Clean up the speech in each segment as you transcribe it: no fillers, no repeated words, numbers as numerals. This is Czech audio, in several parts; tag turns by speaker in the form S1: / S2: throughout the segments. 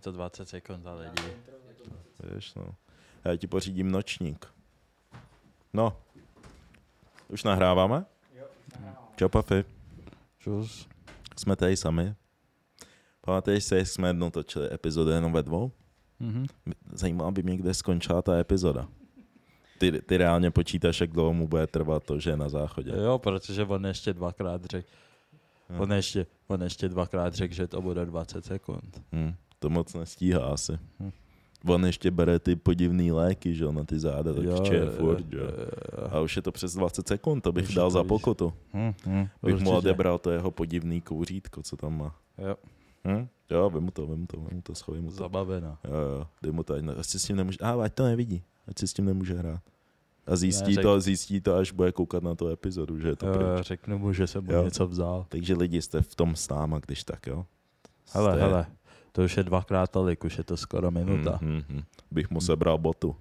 S1: to 20 sekund, ale lidi.
S2: Víš, no. Já ti pořídím nočník. No. Už nahráváme?
S3: Jo,
S2: Čau, Pafi.
S1: Čus.
S2: Jsme tady sami. Pamatuješ se, jak jsme jednou točili epizodu jenom ve dvou?
S1: Mhm.
S2: Zajímalo by mě, kde skončila ta epizoda. Ty reálně počítáš, jak dlouho mu bude trvat to, že je na záchodě.
S1: Jo, protože on ještě dvakrát řekl. On ještě dvakrát řekl, že to bude 20 sekund.
S2: To moc nestíhá asi.
S1: Hm.
S2: On ještě bere ty podivný léky, že jo, na ty záda, tak je furt, že jo. A už je to přes 20 sekund, to bych
S1: Už
S2: dal
S1: to
S2: za
S1: víš.
S2: pokutu. Bych mu
S1: Určitě.
S2: odebral to jeho podivný kouřítko, co tam má.
S1: Jo,
S2: Jo, vemu to, schovej mu to.
S1: zabavena.
S2: Jo, dej mu to, ať si s tím nemůže, ať to nevidí, ať si s tím nemůže hrát. A zjistí to, až bude koukat na tu epizodu, že je to pryč.
S1: Řeknu mu, že jsem mu
S2: Jo.
S1: něco vzal.
S2: Takže lidi jste v tom s náma, když tak, jo?
S1: Hele, to už je dvakrát tolik, už je to skoro minuta.
S2: Bych mu sebral botu.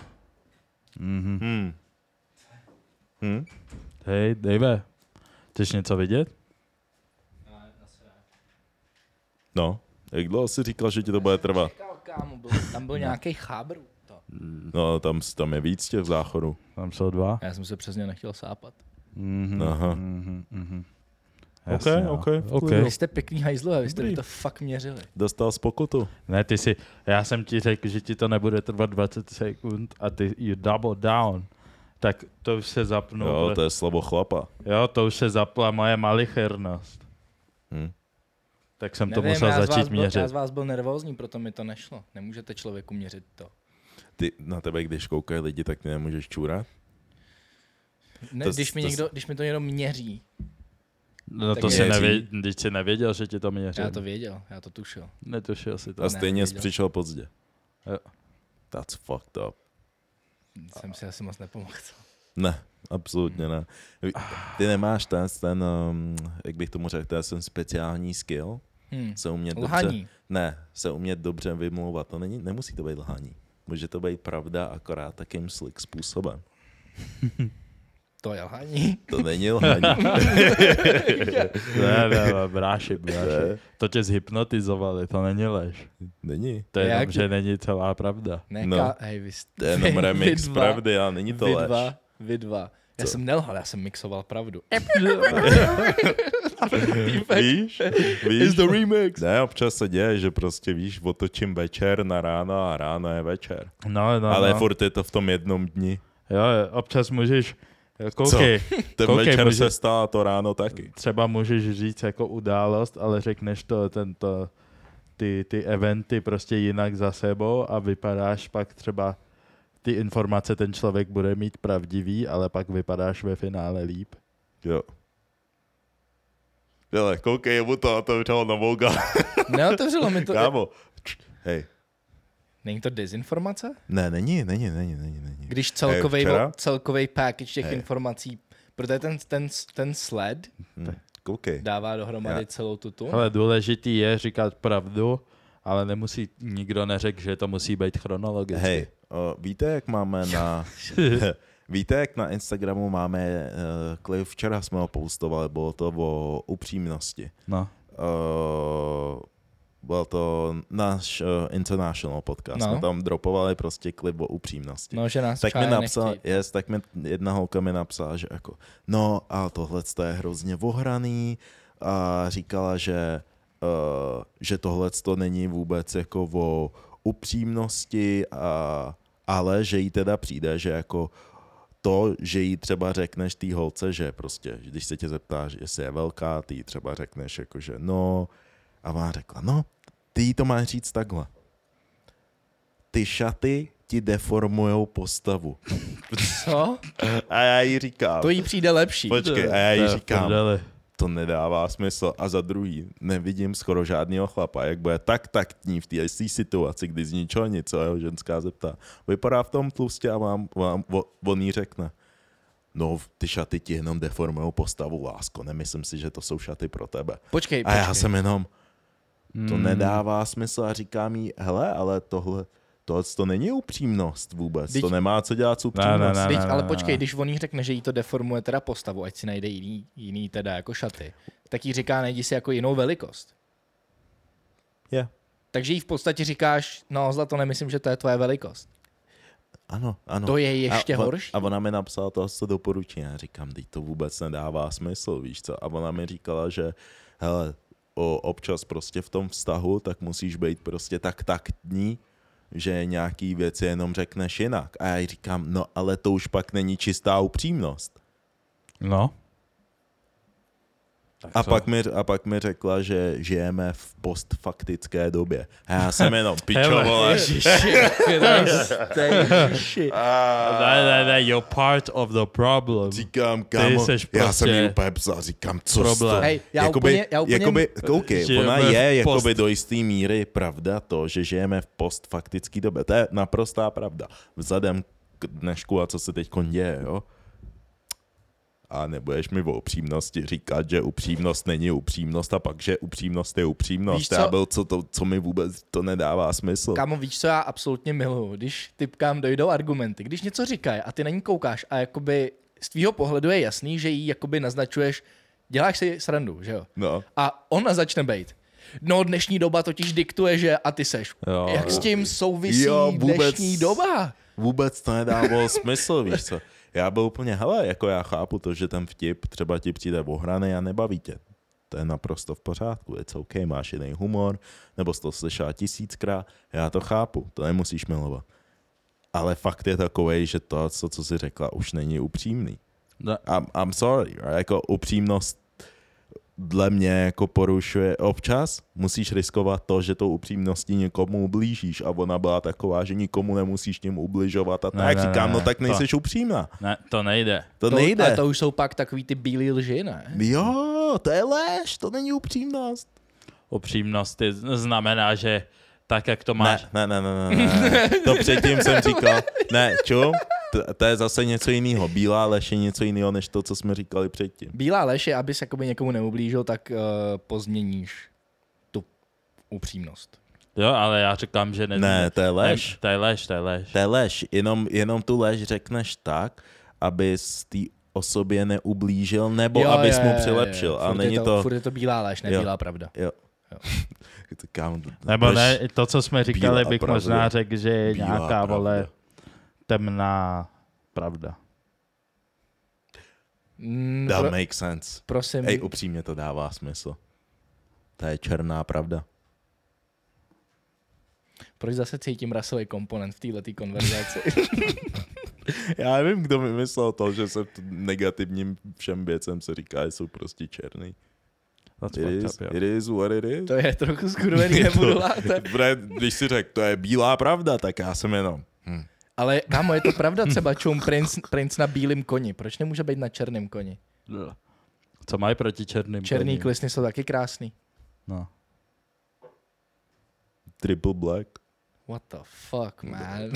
S1: Mhm. Hej, Dave, chceš něco vidět?
S2: No, jak dlouho jsi říkal, že ti to bude trvat?
S3: Kámo, tam byl nějaký chábr.
S2: No, tam je víc těch záchodů.
S1: Tam jsou dva.
S3: Já jsem se přesně nechtěl sápat.
S2: Aha.
S1: Jasně,
S2: OK.
S3: Vy jste pěkný hajzlové, vy jste mi to fakt měřili.
S2: Dostal z pokutu.
S1: Ne, já jsem ti řekl, že ti to nebude trvat 20 sekund a ty you double down. Tak to už se zapnul.
S2: Jo, to je slovo chlapa.
S1: Jo, to už se zapla moje malichernost. Tak jsem to musel začít měřit.
S3: Já z vás byl nervózní, proto mi to nešlo. Nemůžete člověku měřit to.
S2: Ty na tebe, když koukají lidi, tak ty nemůžeš čůrat?
S3: Ne,
S2: To-
S3: když mi to někdo měří.
S1: No
S3: tak
S1: to si
S2: měří.
S1: když jsi nevěděl, že ti to měří.
S3: Já to věděl, já to tušil.
S1: Netušil si to.
S2: A stejně jsi
S3: nevěděl.
S2: přišel pozdě.
S1: Jo.
S2: That's fucked up.
S3: Jsem si asi moc nepomohl.
S2: Ne, absolutně ne. Ty nemáš ten jak bych tomu řekl, ten speciální skill, se umět
S3: Lhaní.
S2: se umět dobře vymlouvat. To nemusí to být lhaní. Může to být pravda, akorát takým slick způsobem.
S3: To je lhaní.
S2: To není lhaní.
S1: Ne, bráši. To tě zhypnotizovali, to není lež.
S2: Není.
S1: To je
S3: Jak?
S1: jenom, že není celá pravda.
S3: Ne,
S2: No.
S3: hej, vy
S2: To je jenom remix pravdy, ale není to lež.
S3: Vy dva. Já
S2: Co?
S3: jsem nelhal, já jsem mixoval pravdu.
S2: Víš?
S3: It's the remix.
S2: Ne, občas se děje, že prostě víš, otočím večer na ráno a ráno je večer.
S1: No,
S2: Ale furt je to v tom jednom dni.
S1: Jo, občas můžeš, koukej,
S2: Ten
S1: koukej,
S2: večer se stál to ráno taky.
S1: třeba můžeš říct jako událost, ale řekneš to, ty eventy prostě jinak za sebou a vypadáš pak třeba, ty informace ten člověk bude mít pravdivý, ale pak vypadáš ve finále líp.
S2: Jo. Hele, koukej, mu to otevřelo na Volga.
S3: Neotevřelo mi to.
S2: Kámo. Hej.
S3: Není to dezinformace?
S2: Ne, není.
S3: Když
S2: včera?
S3: celkový package těch
S2: Hej.
S3: informací, protože ten sled
S2: Koukej.
S3: dává dohromady
S2: Já-
S3: celou tu.
S1: Ale důležitý je říkat pravdu, ale nikdo neřekl, že to musí být chronologicky.
S2: Hej, víte, jak máme víte, jak na Instagramu máme klip, včera jsme ho postovali, bylo to o upřímnosti.
S1: No.
S2: Byl to náš international podcast.
S3: No.
S2: Jsme tam dropovali prostě klip o upřímnosti.
S3: No, že nás
S2: Tak mi
S3: čaje
S2: napsal,
S3: nechtějí.
S2: tak mi jedna holka mi napsala, že jako, no a tohle je hrozně ohraný a říkala, že tohle to není vůbec jako o upřímnosti, ale že jí teda přijde, že jako to, že jí třeba řekneš té holce, že prostě, když se tě zeptáš, jestli je velká, ty jí třeba řekneš jako, že no, a ona řekla, no, ty jí to máš říct takhle. Ty šaty ti deformujou postavu.
S3: Co?
S2: A já jí říkám,
S3: To jí přijde lepší.
S2: počkej, a já jí
S1: To je v
S2: říkám,
S1: prdeli.
S2: to nedává smysl. A za druhý, nevidím skoro žádného chlapa, jak bude tak taktní v té situaci, kdy z ničeho nic, co jeho ženská zeptá. Vypadá v tom tlustě a on jí řekne, no, ty šaty ti jenom deformujou postavu, lásko, nemyslím si, že to jsou šaty pro tebe.
S3: Počkej.
S2: A já jsem jenom, to nedává smysl a říkám jí, hele, ale tohle to není upřímnost vůbec, to nemá co dělat s upřímností.
S3: Teď, ale počkej, když on jí řekne, že jí to deformuje teda postavu, ať si najde jiný teda jako šaty, tak jí říká, najdi si jako jinou velikost.
S2: Je.
S3: Takže jí v podstatě říkáš, no zlato, nemyslím, že to je tvoje velikost.
S2: Ano.
S3: To je ještě horší.
S2: A ona mi napsala to doporučení. Já říkám, teď to vůbec nedává smysl, víš co? A ona mi říkala, že hele, občas prostě v tom vztahu, tak musíš být prostě tak taktní, že nějaký věci jenom řekneš jinak. A já jí říkám, no ale to už pak není čistá upřímnost.
S1: No.
S2: A pak mi řekla, že žijeme v postfaktické době. A já jsem jenom pičovala.
S1: Ne, you're part of the problem.
S2: Říkám, kámo, já jsem jí úplně psal, říkám, co jste?
S3: Hej, já úplně...
S2: Ona je jakoby do jistý míry pravda to, že žijeme v postfaktické době. To je naprostá pravda. Vzhledem k dnešku a co se teď děje, jo? A nebudeš mi o upřímnosti říkat, že upřímnost není upřímnost a pak, že upřímnost je upřímnost. Já byl, co mi vůbec to nedává smysl.
S3: Kámo, víš, co já absolutně miluju, když typkám dojdou argumenty. Když něco říkají a ty na ní koukáš a jakoby z tvýho pohledu je jasný, že jí jakoby naznačuješ, děláš si srandu, že jo?
S2: No.
S3: A ona začne bejt. No, dnešní doba totiž diktuje, že a ty seš.
S1: Jo.
S3: Jak s tím souvisí dnešní doba?
S2: Vůbec to nedávalo smysl, víš co? Já byl úplně, hele, jako já chápu to, že ten vtip třeba ti přijde ohrany a nebaví tě. To je naprosto v pořádku, it's OK, máš jiný humor, nebo jsi to slyšela 1000krát, já to chápu, to nemusíš milovat. Ale fakt je takovej, že to, co jsi řekla, už není upřímný.
S1: No.
S2: I'm sorry, right? Jako upřímnost dle mě jako porušuje občas, musíš riskovat to, že tou upřímností někomu ublížíš a ona byla taková, že nikomu nemusíš tím ubližovat a tak říkám, no tak nejseš upřímná.
S1: Ne, to nejde.
S2: To nejde.
S3: A to už jsou pak takový ty bílý lži, ne?
S2: Jo, to je lež, to není upřímnost.
S1: Upřímnost znamená, že tak, jak to máš.
S2: Ne. To předtím jsem říkal. Ne, čo? To je zase něco jiného. Bílá lež je něco jiného, než to, co jsme říkali předtím.
S3: Bílá lež je, abys jakoby někomu neublížil, tak pozměníš tu upřímnost.
S1: Jo, ale já říkám, že
S2: ne, to je lež.
S1: To je lež.
S2: To je lež. Jenom tu lež řekneš tak, abys té osobě neublížil, nebo abys mu přilepšil. A není to...
S3: Furt je to bílá lež, ne bílá pravda.
S2: Jo.
S1: Nebo ne, to, co jsme říkali, bych možná řekl, že je nějaká, vole, temná pravda.
S2: That makes sense.
S3: Prosím.
S2: Ej, upřímně to dává smysl. To je černá pravda.
S3: Proč zase cítím rasový komponent v této konverzaci?
S2: Já nevím, kdo mi myslel to, že se negativním všem věcem se říká, že jsou prostě černý. It is what it is.
S3: To je trochu skurvený, nebudu látat.
S2: Když si řekl, to je bílá pravda, tak já jsem jenom...
S3: Ale kámo, je to pravda, třeba čum princ na bílém koni. Proč nemůže být na černém koni?
S1: Co mají proti černým
S3: Černý
S1: koním?
S3: klisny jsou taky krásný.
S1: No.
S2: Triple black.
S3: What the fuck, man?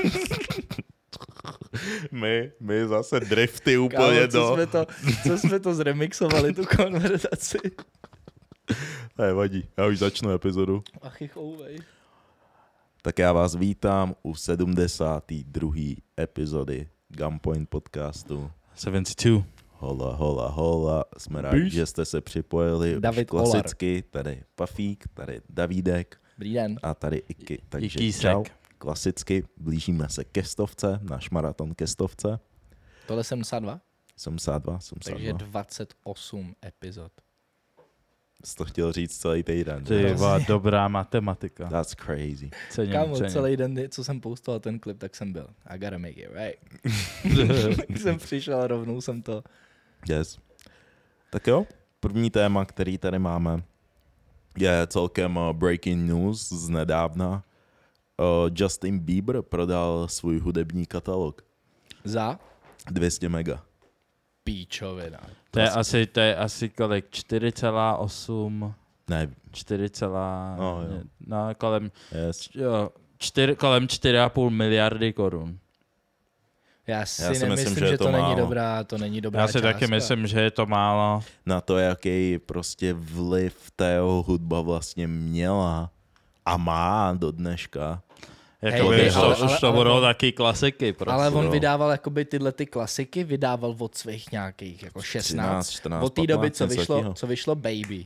S2: my zase drifty úplně
S3: kámo, co jsme to zremixovali, tu konverzaci.
S2: Nevadí, já už začnu epizodu.
S3: Ach, ich ouvej.
S2: Tak já vás vítám u 72. epizody Gunpoint podcastu.
S1: 72.
S2: Hola. Jsme rádi, že jste se připojili.
S3: David
S2: klasicky, tady Pafík, tady Davídek.
S3: Dobrý den.
S2: A tady Iky. Takže
S1: Ikísek.
S2: čau. Klasicky blížíme se ke 100, náš maraton ke 100.
S3: Tohle 72?
S2: 72.
S3: Takže 28 epizod.
S2: Jsi to chtěl říct celý týden.
S1: Ty dobrá matematika.
S2: That's crazy.
S1: Cením.
S3: Celý den, co jsem postoval ten klip, tak jsem byl. I gotta make it right. Tak jsem přišel a rovnou jsem to.
S2: Yes. Tak jo, první téma, který tady máme, je celkem breaking news z nedávna. Justin Bieber prodal svůj hudební katalog.
S3: Za?
S2: 200 mega.
S3: Píčovina.
S1: To je asi kolik? 4,8?
S2: Ne.
S1: 4,
S2: no,
S1: kolem,
S2: yes.
S1: kolem 4,5 miliardy korun.
S3: Já si nemyslím, že to není dobrá,
S1: Já si
S3: částka.
S1: taky myslím, že je to málo.
S2: Na to, jaký prostě vliv ta jeho hudba vlastně měla a má do dneška.
S1: Už to budou taky klasiky. Prostě.
S3: Ale on vydával jakoby tyhle ty klasiky, vydával od svých nějakých jako 16.
S2: 14,
S3: od té doby,
S2: 15,
S3: co vyšlo Baby.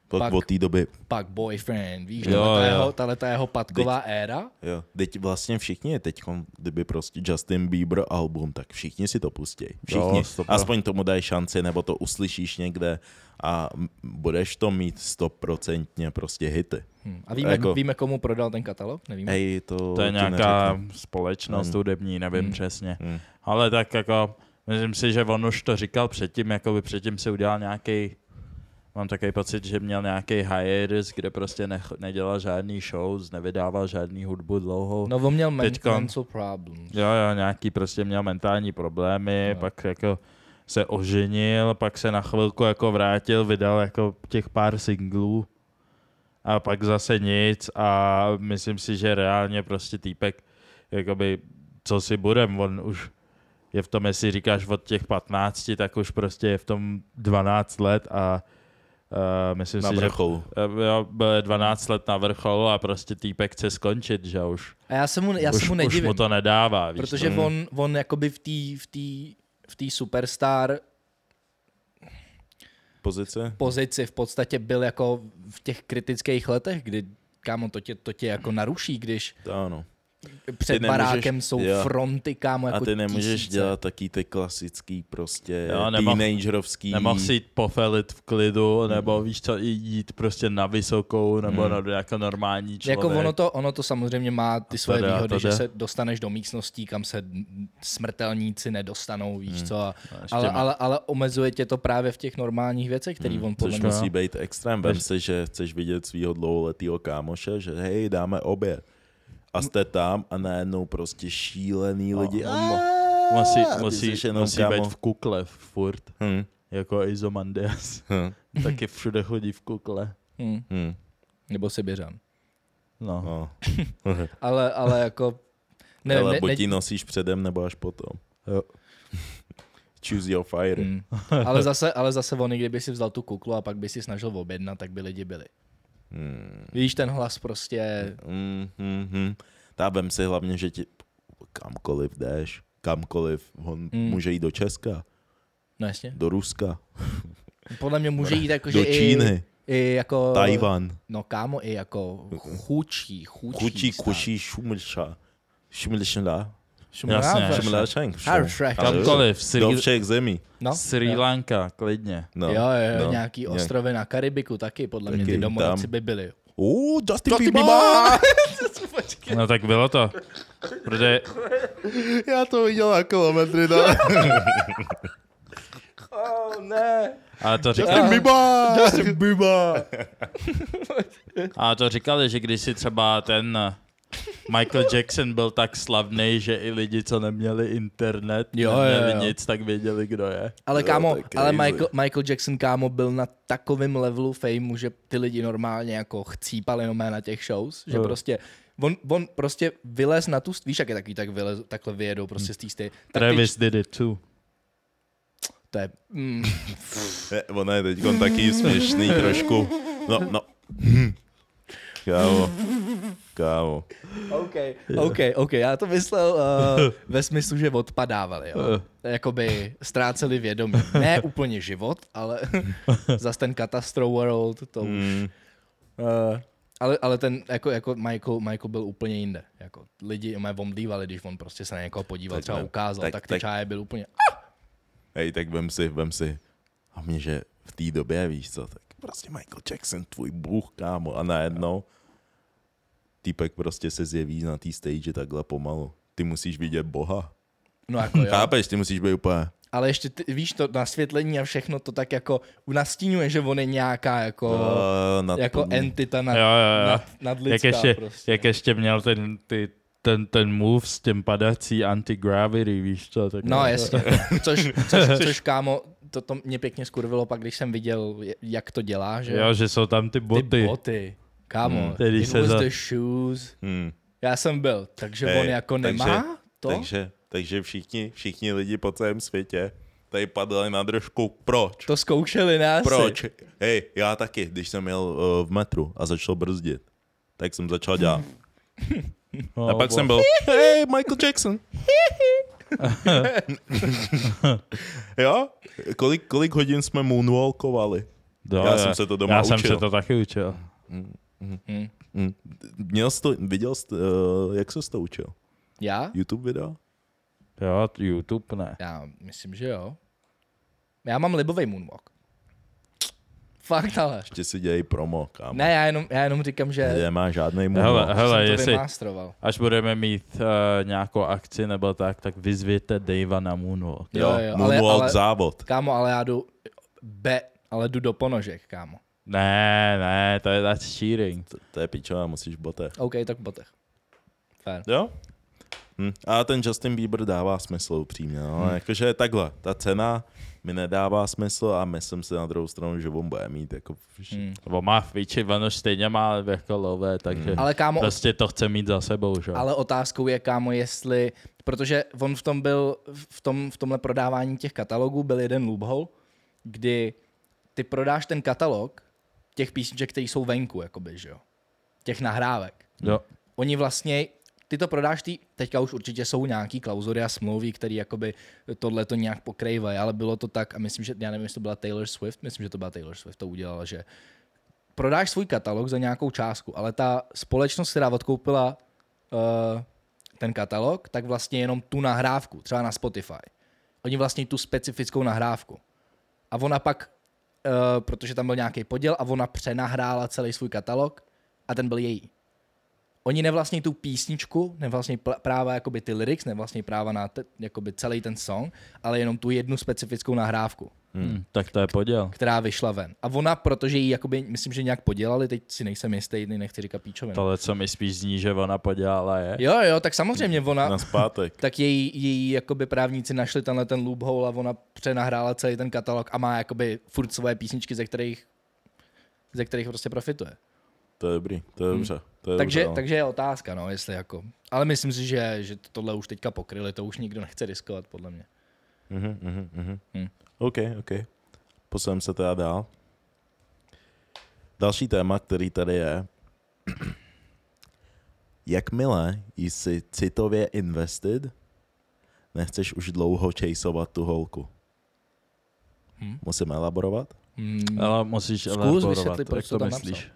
S2: Pak od té doby,
S3: Pak Boyfriend, víš,
S1: Jo, jo.
S3: tahleta jeho padková éra.
S2: jo, teď vlastně všichni, teď kdyby prostě Justin Bieber album, tak všichni si to pustí. Všichni,
S1: Jo, stopro.
S2: aspoň tomu dají šanci, nebo to uslyšíš někde a budeš to mít 100% prostě hity.
S3: A víme,
S2: Jako-
S3: víme, komu prodal ten katalog? Nevíme.
S2: Hej,
S1: To je
S2: ti
S1: nějaká
S2: neřeknu.
S1: společnost hudební, nevím přesně.
S2: Hmm.
S1: Ale tak jako, myslím si, že on už to říkal předtím, jako by předtím si udělal nějaký, mám takový pocit, že měl nějaký hiatus, kde prostě nedělal žádný shows, nevydával žádný hudbu dlouho.
S3: No, on měl
S1: Teďka-
S3: mental problems.
S1: Jo, nějaký prostě měl mentální problémy,
S3: No.
S1: pak jako se oženil, pak se na chvilku jako vrátil, vydal jako těch pár singlů a pak zase nic a myslím si, že reálně prostě týpek, jakoby, co si budem, on už je v tom, jestli říkáš od těch 15, tak už prostě je v tom 12 let a myslím
S2: Na
S1: si,
S2: vrcholu.
S1: že jo, byl 12 let na vrcholu a prostě týpek chce skončit, že už.
S3: A já se mu
S1: Už
S3: nedivím,
S1: mu to nedává, víš.
S3: protože
S1: co?
S3: on jakoby v té superstar pozici v podstatě byl jako v těch kritických letech, kdy kámo, to tě jako naruší, když
S2: To ano.
S3: před
S2: Ty nemůžeš-
S3: barákem jsou
S2: jo.
S3: fronty, kámo, jako
S2: A ty nemůžeš
S3: tisíce.
S2: dělat taky ty klasický prostě
S1: Jo,
S2: teenagerovský.
S1: Nemohl si jít pofelit v klidu, nebo víš co, jít prostě na vysokou, nebo na jako normální člověk.
S3: Jako ono to samozřejmě má ty svoje
S1: to jde,
S3: výhody,
S1: to
S3: že
S1: jde.
S3: se dostaneš do místností, kam se smrtelníci nedostanou, víš co,
S1: ještě
S3: ale omezuje tě to právě v těch normálních věcech, který on podle
S2: Což
S3: mě...
S2: musí být extrém. Vem si, že chceš vidět svýho dlouholetýho kámoše, že hej, dáme oběd. A jste tam a najednou prostě šílený lidi.
S1: Musí být v kukle furt,
S2: Hm,
S1: jako Izomandias.
S2: hm,
S1: Taky všude chodí v kukle.
S2: hm,
S3: Nebo Sibiřan.
S1: No.
S2: no.
S3: Ale jako...
S2: Ale buď ji nosíš předem, nebo až potom.
S1: Jo.
S2: Choose your fire.
S3: ale zase on, kdyby si vzal tu kuklu a pak by si snažil objednat, tak by lidi byli. Víš, ten hlas prostě...
S2: Tá vem si hlavně, že ti kamkoliv jdeš, kamkoliv, on může jít do Česka,
S3: No jasně.
S2: do Ruska,
S3: Podle mě může jít jako, že
S2: do Číny,
S3: i jako...
S2: Tajvan,
S3: No kámo, i jako chučí
S2: kuší, šumilšela,
S1: Jasně.
S2: šumilšenk,
S1: Kamkoliv,
S2: do všech zemí.
S3: No,
S1: Sri Lanka, klidně.
S2: No,
S3: jo,
S2: no.
S3: nějaký ostrovy na Karibiku taky, podle mě
S2: Taky
S3: ty domorodci
S2: tam.
S3: by byli.
S2: Justin
S3: Justin
S2: Bieber!
S1: No tak bylo to. Protože
S2: Já to viděl na kilometry, no.
S3: Ne.
S1: ale to
S2: Justin Bieber!
S1: A to říkali, že když si třeba ten Michael Jackson byl tak slavný, že i lidi, co neměli internet, neměli nic, tak věděli, kdo je.
S3: Ale
S2: Jo,
S3: kámo,
S2: to je
S3: ale
S2: crazy.
S3: Michael Jackson, kámo, byl na takovém levelu fameu, že ty lidi normálně jako chcípali jenom na těch shows, že prostě on prostě vylez na tu, víš, jak je takový, takhle vyjedou prostě z té sty.
S1: Travis did it too.
S3: To je,
S2: Ono je teď taky směšný trošku. No. Kámo.
S3: OK, já to myslel ve smyslu, že odpadávali, jo. Jakoby ztráceli vědomí. Ne úplně život, ale zas ten Catastro World, to už... Ale ten, jako Michael byl úplně jinde. Jako, lidi mě omdlívali, když on prostě se na někoho podíval,
S2: Tak
S3: třeba
S2: ne.
S3: ukázal, tak ty čáje byl úplně...
S2: Hej, tak vem si. A mě, že v té době, víš co, tak prostě Michael Jackson, tvůj bůh, kámo. A najednou týpek prostě se zjeví na té stage takhle pomalu. Ty musíš vidět Boha.
S3: No jako jo.
S2: Chápeš, ty musíš být úplně...
S3: Ale ještě, víš, to nasvětlení a všechno to tak jako nastínuje, že on je nějaká jako entita nadlidská prostě.
S1: Jak ještě měl ten move s tím padací anti-gravity, víš co? Tak
S3: no jasně, což kámo, to mě pěkně skurvilo pak, když jsem viděl, jak to dělá, že
S1: jo, že jsou tam ty boty.
S3: Ty boty, kámo, it was the shoes. Já jsem byl, takže on jako nemá to?
S2: Takže všichni lidi po celém světě tady padali na držku. Proč?
S3: To zkoušeli nás.
S2: Proč? Hej, já taky, když jsem jel v metru a začal brzdit, tak jsem začal dělat. A pak jsem byl, hej, Michael Jackson. Jo? Kolik hodin jsme moonwalkovali? Já jsem se to doma učil.
S1: Já jsem se to taky učil.
S2: Viděl jsi, jak jsi to učil?
S3: Já?
S2: YouTube videa?
S1: Jo, YouTube ne.
S3: Já myslím, že jo. Já mám libovej moonwalk. Fakt, ale.
S2: Ještě si dělej promo, kámo.
S3: Ne, já jenom říkám, že
S2: Nemá žádnej moonwalk.
S1: Hele,
S3: jsem to
S1: jestli,
S3: vymástroval.
S1: až budeme mít nějakou akci nebo tak vyzvěte Davea na Moonwalk.
S3: Jo,
S2: Moonwalk
S3: ale,
S2: závod.
S3: Kámo, ale já jdu ale jdu do ponožek, kámo.
S1: Ne, to je that's cheating.
S2: To je pičová, musíš v botech.
S3: OK, tak v botech. Fair.
S2: Jo? A ten Justin Bieber dává smysl upřímně. No. Jakože takhle, ta cena mi nedává smysl a myslím si na druhou stranu, že on bude mít jako...
S1: On má Fitchi, on už stejně má jako lové, takže
S3: Ale kámo,
S1: prostě to chce mít za sebou, že?
S3: ale otázkou je, kámo, jestli... Protože on v tom byl, v tomhle prodávání těch katalogů byl jeden loophole, kdy ty prodáš ten katalog těch písniček, které jsou venku, jakoby, že jo? Těch nahrávek.
S1: Jo.
S3: Oni vlastně, ty to prodáš, teďka už určitě jsou nějaký klauzury a smlouvy, které jakoby tohle to nějak pokrývají, ale bylo to tak, a myslím, že, já nevím, jestli to byla Taylor Swift, myslím, že to byla Taylor Swift, to udělala, že prodáš svůj katalog za nějakou částku, ale ta společnost, která odkoupila ten katalog, tak vlastně jenom tu nahrávku, třeba na Spotify. Oni vlastně tu specifickou nahrávku. A ona pak, protože tam byl nějaký podíl, a ona přenahrála celý svůj katalog a ten byl její. Oni nevlastní tu písničku, nevlastní práva jakoby ty lyrics, nevlastní práva na jakoby celý ten song, ale jenom tu jednu specifickou nahrávku.
S1: Tak to je poděl.
S3: Která vyšla ven. A ona, protože ji jakoby, myslím, že nějak podělali, teď si nejsem jistý, nechci říkat píčovinu.
S1: Tohle, co mi spíš zní, že ona podělala je.
S3: Jo, tak samozřejmě ona...
S2: Na zpátek.
S3: Tak její jakoby právníci našli tenhle ten loophole a ona přenahrála celý ten katalog a má jakoby furt svoje písničky, ze kterých prostě profituje.
S2: To je dobrý, to je dobře.
S3: Takže je otázka, no, jestli jako... Ale myslím si, že tohle už teďka pokryli, to už nikdo nechce riskovat, podle mě.
S2: OK. Posuneme se teda dál. Další téma, který tady je. Jakmile jsi citově invested, nechceš už dlouho chaseovat tu holku. Musím elaborovat?
S1: Ale musíš
S3: Zkus
S1: elaborovat,
S3: vysvětlit, proč
S1: jak
S3: to
S1: to
S3: tam
S1: myslíš.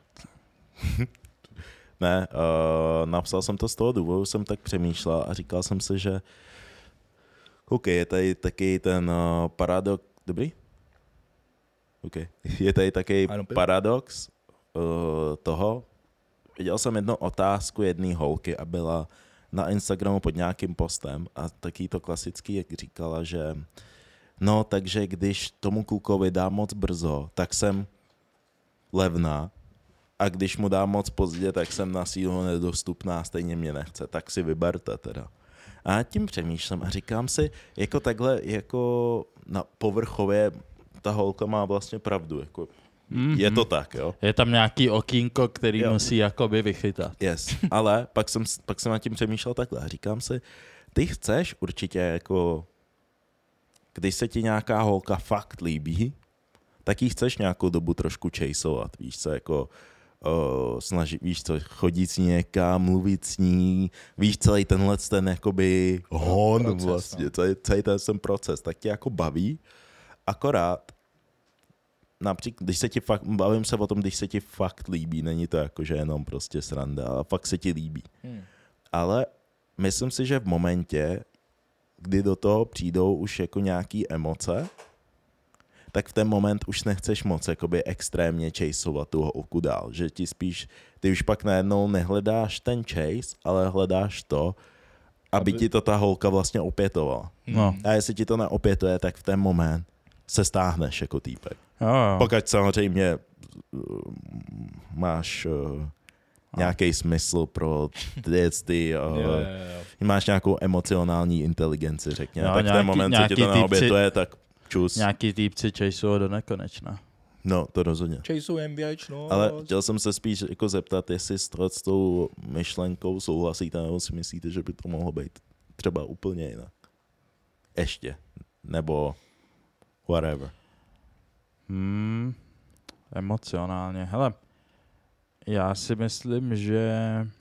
S2: Ne, napsal jsem to z toho důvodu, jsem tak přemýšlel a říkal jsem si, že OK, je tady taky ten paradox, dobrý? OK, je tady taky paradox toho, viděl jsem jednu otázku jedné holky a byla na Instagramu pod nějakým postem a taky to klasický, jak říkala, že no, takže když tomu klukovi dám moc brzo, tak jsem levná, a když mu dám moc pozdě, tak jsem na sílu nedostupná, stejně mě nechce, tak si vyberte teda. A já tím přemýšlím a říkám si, jako takhle, jako na povrchově ta holka má vlastně pravdu, jako je to tak, jo.
S1: Je tam nějaký okýnko, který musí jakoby vychytat.
S2: Yes, ale pak jsem nad tím přemýšlel takhle a říkám si, ty chceš určitě jako, když se ti nějaká holka fakt líbí, tak ji chceš nějakou dobu trošku chaseovat, víš co, jako víš co, chodit s ní někam, mluvit s ní, víš celý tenhle ten jakoby hon proces, vlastně, no. celý ten proces, tak tě jako baví, akorát například, když se ti fakt, bavím se o tom, když se ti fakt líbí, není to jako, že jenom prostě sranda, ale fakt se ti líbí. Ale myslím si, že v momentě, kdy do toho přijdou už jako nějaký emoce, tak v ten moment už nechceš moc jakoby extrémně chaseovat tu holku dál, že ti spíš, ty už pak najednou nehledáš ten chase, ale hledáš to, aby ti to ta holka vlastně opětovala.
S1: No.
S2: A jestli ti to neopětuje, tak v ten moment se stáhneš jako týpek.
S1: Jo.
S2: Pokud samozřejmě máš nějaký smysl pro ty máš nějakou emocionální inteligenci, řekněme. Tak v ten moment, co ti to neobětuje, tak čus.
S1: Nějaký týpci chaseuje do nekonečna.
S2: No, to rozhodně.
S3: Chaseujeme věčnost.
S2: Ale chtěl jsem se spíš jako zeptat, jestli s tou myšlenkou souhlasíte, nebo si myslíte, že by to mohlo být třeba úplně jinak. Ještě. Nebo whatever.
S1: Emocionálně. Hele, já si myslím, že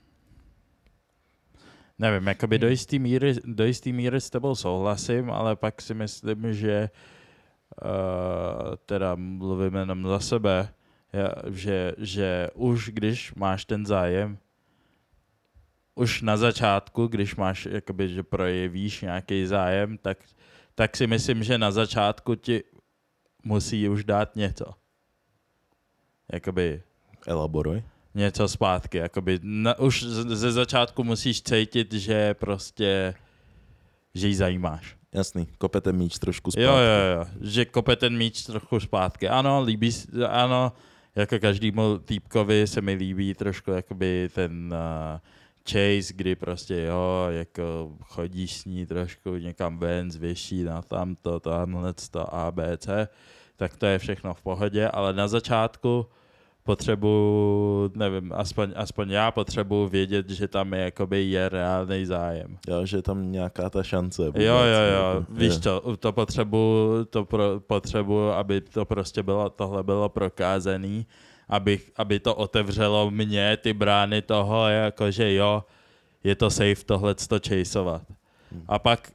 S1: nevím, jakoby do jistý míry s tebou souhlasím, ale pak si myslím, že teda mluvím jenom za sebe, že už když máš ten zájem, už na začátku, když máš, jakoby, že projevíš nějaký zájem, tak si myslím, že na začátku ti musí už dát něco. Jakoby
S2: Elaboruj.
S1: něco zpátky. Jakoby už ze začátku musíš cítit, že prostě, že jí zajímáš.
S2: Jasný, kope ten míč trošku zpátky.
S1: Jo, že kope ten míč trochu zpátky. Ano, ano, jako každému týpkovi se mi líbí trošku jakoby ten chase, kdy prostě jako chodíš s ní trošku někam ven, zvěší na tamto, tamhleto A, B, C, tak to je všechno v pohodě, ale na začátku potřebuji, nevím, aspoň já potřebuji vědět, že tam je reálný zájem.
S2: Jo, že tam nějaká ta šance. Vůbec,
S1: jo, víš co, to potřebuji, aby to prostě tohle bylo prokázaný, aby to otevřelo mě ty brány toho, jakože jo, je to safe tohleto chaseovat. A pak,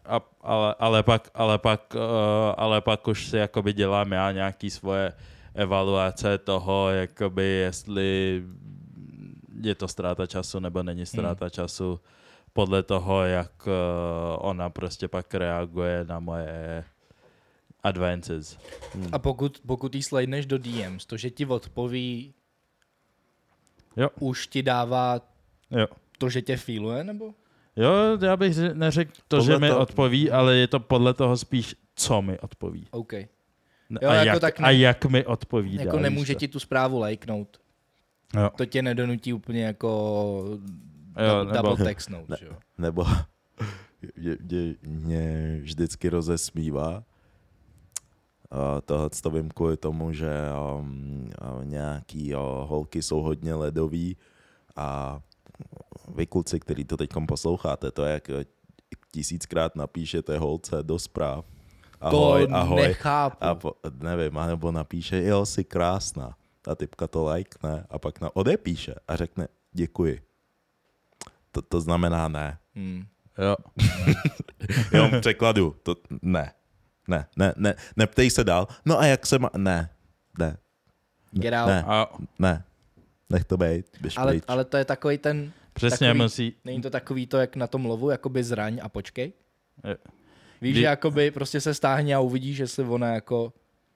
S1: ale pak už si jakoby dělám já nějaký svoje evaluace toho, jakoby jestli je to ztráta času nebo není ztráta času, podle toho, jak ona prostě pak reaguje na moje advances.
S3: A pokud jí slidneš do DMs, to, že ti odpoví, už ti dává to, že tě feeluje, nebo?
S1: Jo, já bych neřekl to, že mi odpoví, ale je to podle toho spíš, co mi odpoví.
S3: OK.
S1: Jo, jak mi odpovídá.
S3: Jako nemůže ti tu zprávu lajknout.
S1: Jo.
S3: To tě nedonutí úplně jako double textnout.
S2: Nebo mě vždycky rozesmívá. Tohle to vím kvůli tomu, že nějaký holky jsou hodně ledový a vy kluci, který to teď posloucháte, to je jak 1000krát napíšete holce do zpráv. Ahoj,
S3: nechápu.
S2: A nevím, nebo napíše, jo, jsi krásná. Ta typka to lajkne a pak odepíše a řekne děkuji. To znamená ne.
S1: Jo.
S2: Jo, překladu. To ne. Neptej se dál. No a jak se má... Ne.
S3: Get out.
S2: Ne. Nech to bejt.
S3: Ale to je takový ten...
S1: Přesně musí...
S3: Není to takový to, jak na tom lovu, jakoby zraň a počkej?
S1: Jo.
S3: Víš, že jakoby prostě se stáhne a uvidíš, jestli ona jako...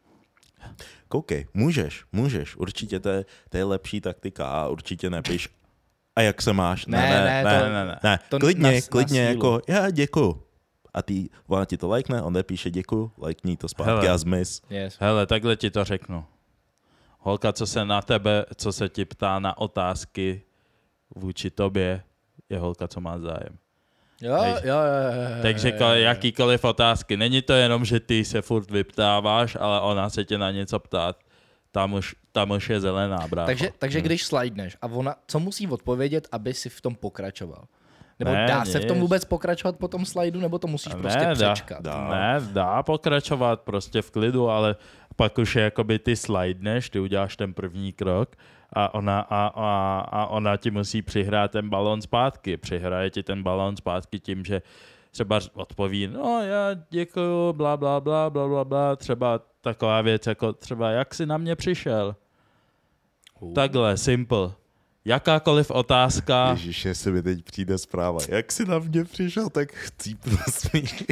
S2: Koukej, můžeš. Určitě to je lepší taktika a určitě nepiš. A jak se máš? Ne. Klidně jako, já děkuju. A ona ti to lajkne, on nepíše děkuju, lajkni to zpátky a zmiz.
S3: Yes.
S1: Hele, takhle ti to řeknu. Holka, co se ti ptá na otázky vůči tobě, je holka, co má zájem.
S3: Jo.
S1: Takže jakýkoliv otázky. Není to jenom, že ty se furt vyptáváš, ale ona se tě na něco ptá. Tam už je zelená, brácho.
S3: Takže když slidneš a ona, co musí odpovědět, aby si v tom pokračoval? Nebo dá se v tom vůbec pokračovat po tom slajdu, nebo to musíš prostě přečkat?
S1: Dá pokračovat prostě v klidu, ale pak už je jakoby ty slidneš, ty uděláš ten první krok a ona ti musí přihrát ten balón zpátky. Přihraje ti ten balón zpátky tím, že třeba odpoví, no já děkuju, bla, bla, bla, bla, bla, bla, třeba taková věc, jako třeba jak jsi na mě přišel. Takhle, simple. Jakákoliv otázka...
S2: Ježiš, jestli mi teď přijde zpráva. Jak jsi na mě přišel, tak chcípnu smích.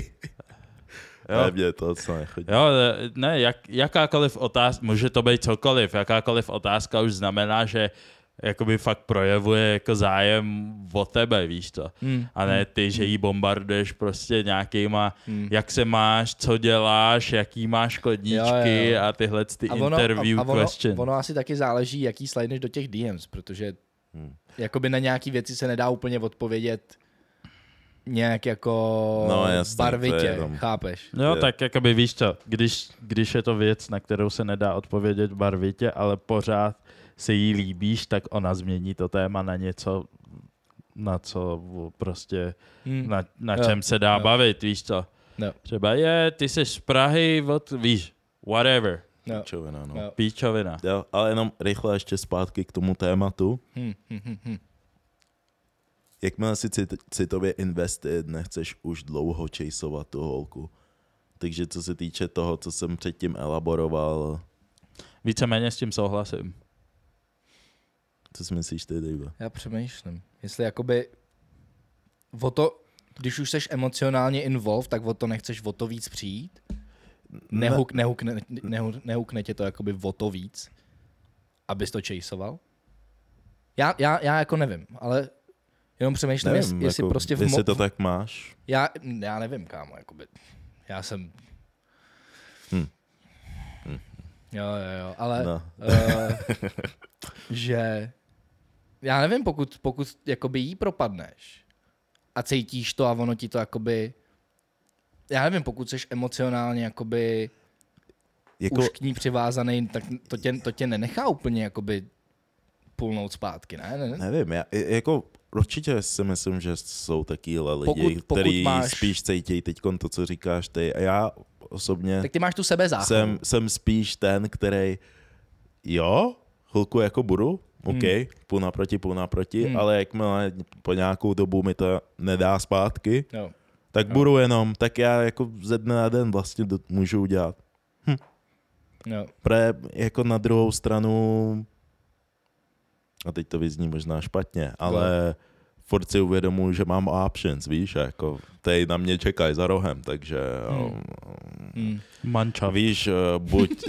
S2: Ne, mě to co nechodí.
S1: Jo, ne, jakákoliv otázka, může to být cokoliv, jakákoliv otázka už znamená, že jakoby fakt projevuje jako zájem o tebe, víš to. A ne ty, že jí bombarduješ prostě nějakýma, jak se máš, co děláš, jaký máš kodníčky a tyhle ty interview question.
S3: Ono asi taky záleží, jaký slidneš do těch DMs, protože jakoby na nějaký věci se nedá úplně odpovědět nějak jako barvitě, chápeš?
S1: Jo, tak jakoby víš co, když je to věc, na kterou se nedá odpovědět barvitě, ale pořád se jí líbíš, tak ona změní to téma na něco, na co prostě, na čem se dá bavit, víš co.
S3: No.
S1: Třeba ty jsi z Prahy, víš, whatever.
S2: Píčovina, no.
S1: Píčovina.
S2: Jo, ale jenom rychle ještě zpátky k tomu tématu. Jakmile si citově invested, nechceš už dlouho chaseovat tu holku, Takže co se týče toho, co jsem předtím elaboroval,
S1: Víceméně s tím souhlasím.
S2: co si myslíš ty, Dave?
S3: Já přemýšlím, jestli jakoby o to, když už seš emocionálně involved, tak o to nechceš o to víc přijít. Nehukne tě to jakoby o to víc, abys to chaseoval. Já jako nevím, ale jenom přemýšlím, jestli
S2: jako,
S3: prostě
S2: jestli to tak máš.
S3: Já nevím, kámo, jakoby. Já jsem... Jo, ale...
S2: No.
S3: Že... Já nevím, pokud jakoby jí propadneš a cítíš to a ono ti to jakoby... Já nevím, pokud jsi emocionálně jakoby
S2: Jako,
S3: už k ní přivázaný, tak to tě nenechá úplně jakoby půlnout zpátky, ne?
S2: nevím, já jako určitě si myslím, že jsou takýhle lidi,
S3: Pokud
S2: který
S3: máš...
S2: spíš cítějí teďkon to, co říkáš ty. A já osobně
S3: Tak ty máš tu sebezáchovou.
S2: jsem spíš ten, který jo, chvilku jako budu, OK, půl naproti, ale jakmile po nějakou dobu mi to nedá zpátky,
S3: Jo.
S2: tak budu jenom, tak já jako ze dne na den vlastně můžu udělat.
S3: Jo.
S2: Jako na druhou stranu, a teď to vyzní možná špatně, ale furt si uvědomuji, že mám options, víš, jako tady na mě čekají za rohem, takže
S1: Manča.
S2: víš, buď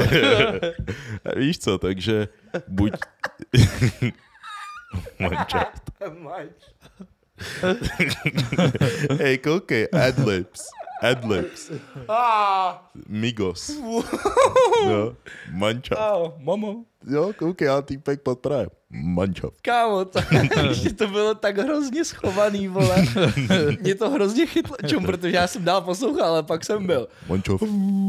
S2: víš co, takže buď mančaft. Hej, koukej, adlibs. Migos. No, mančaft.
S3: Mamo.
S2: Jo, koukej, já týpek pod Prahem. Mančaft.
S3: Kámo, ještě to bylo tak hrozně schovaný, vole. Mě to hrozně chytlo, protože já jsem dál poslouchal, ale pak jsem byl.
S2: Mančaft.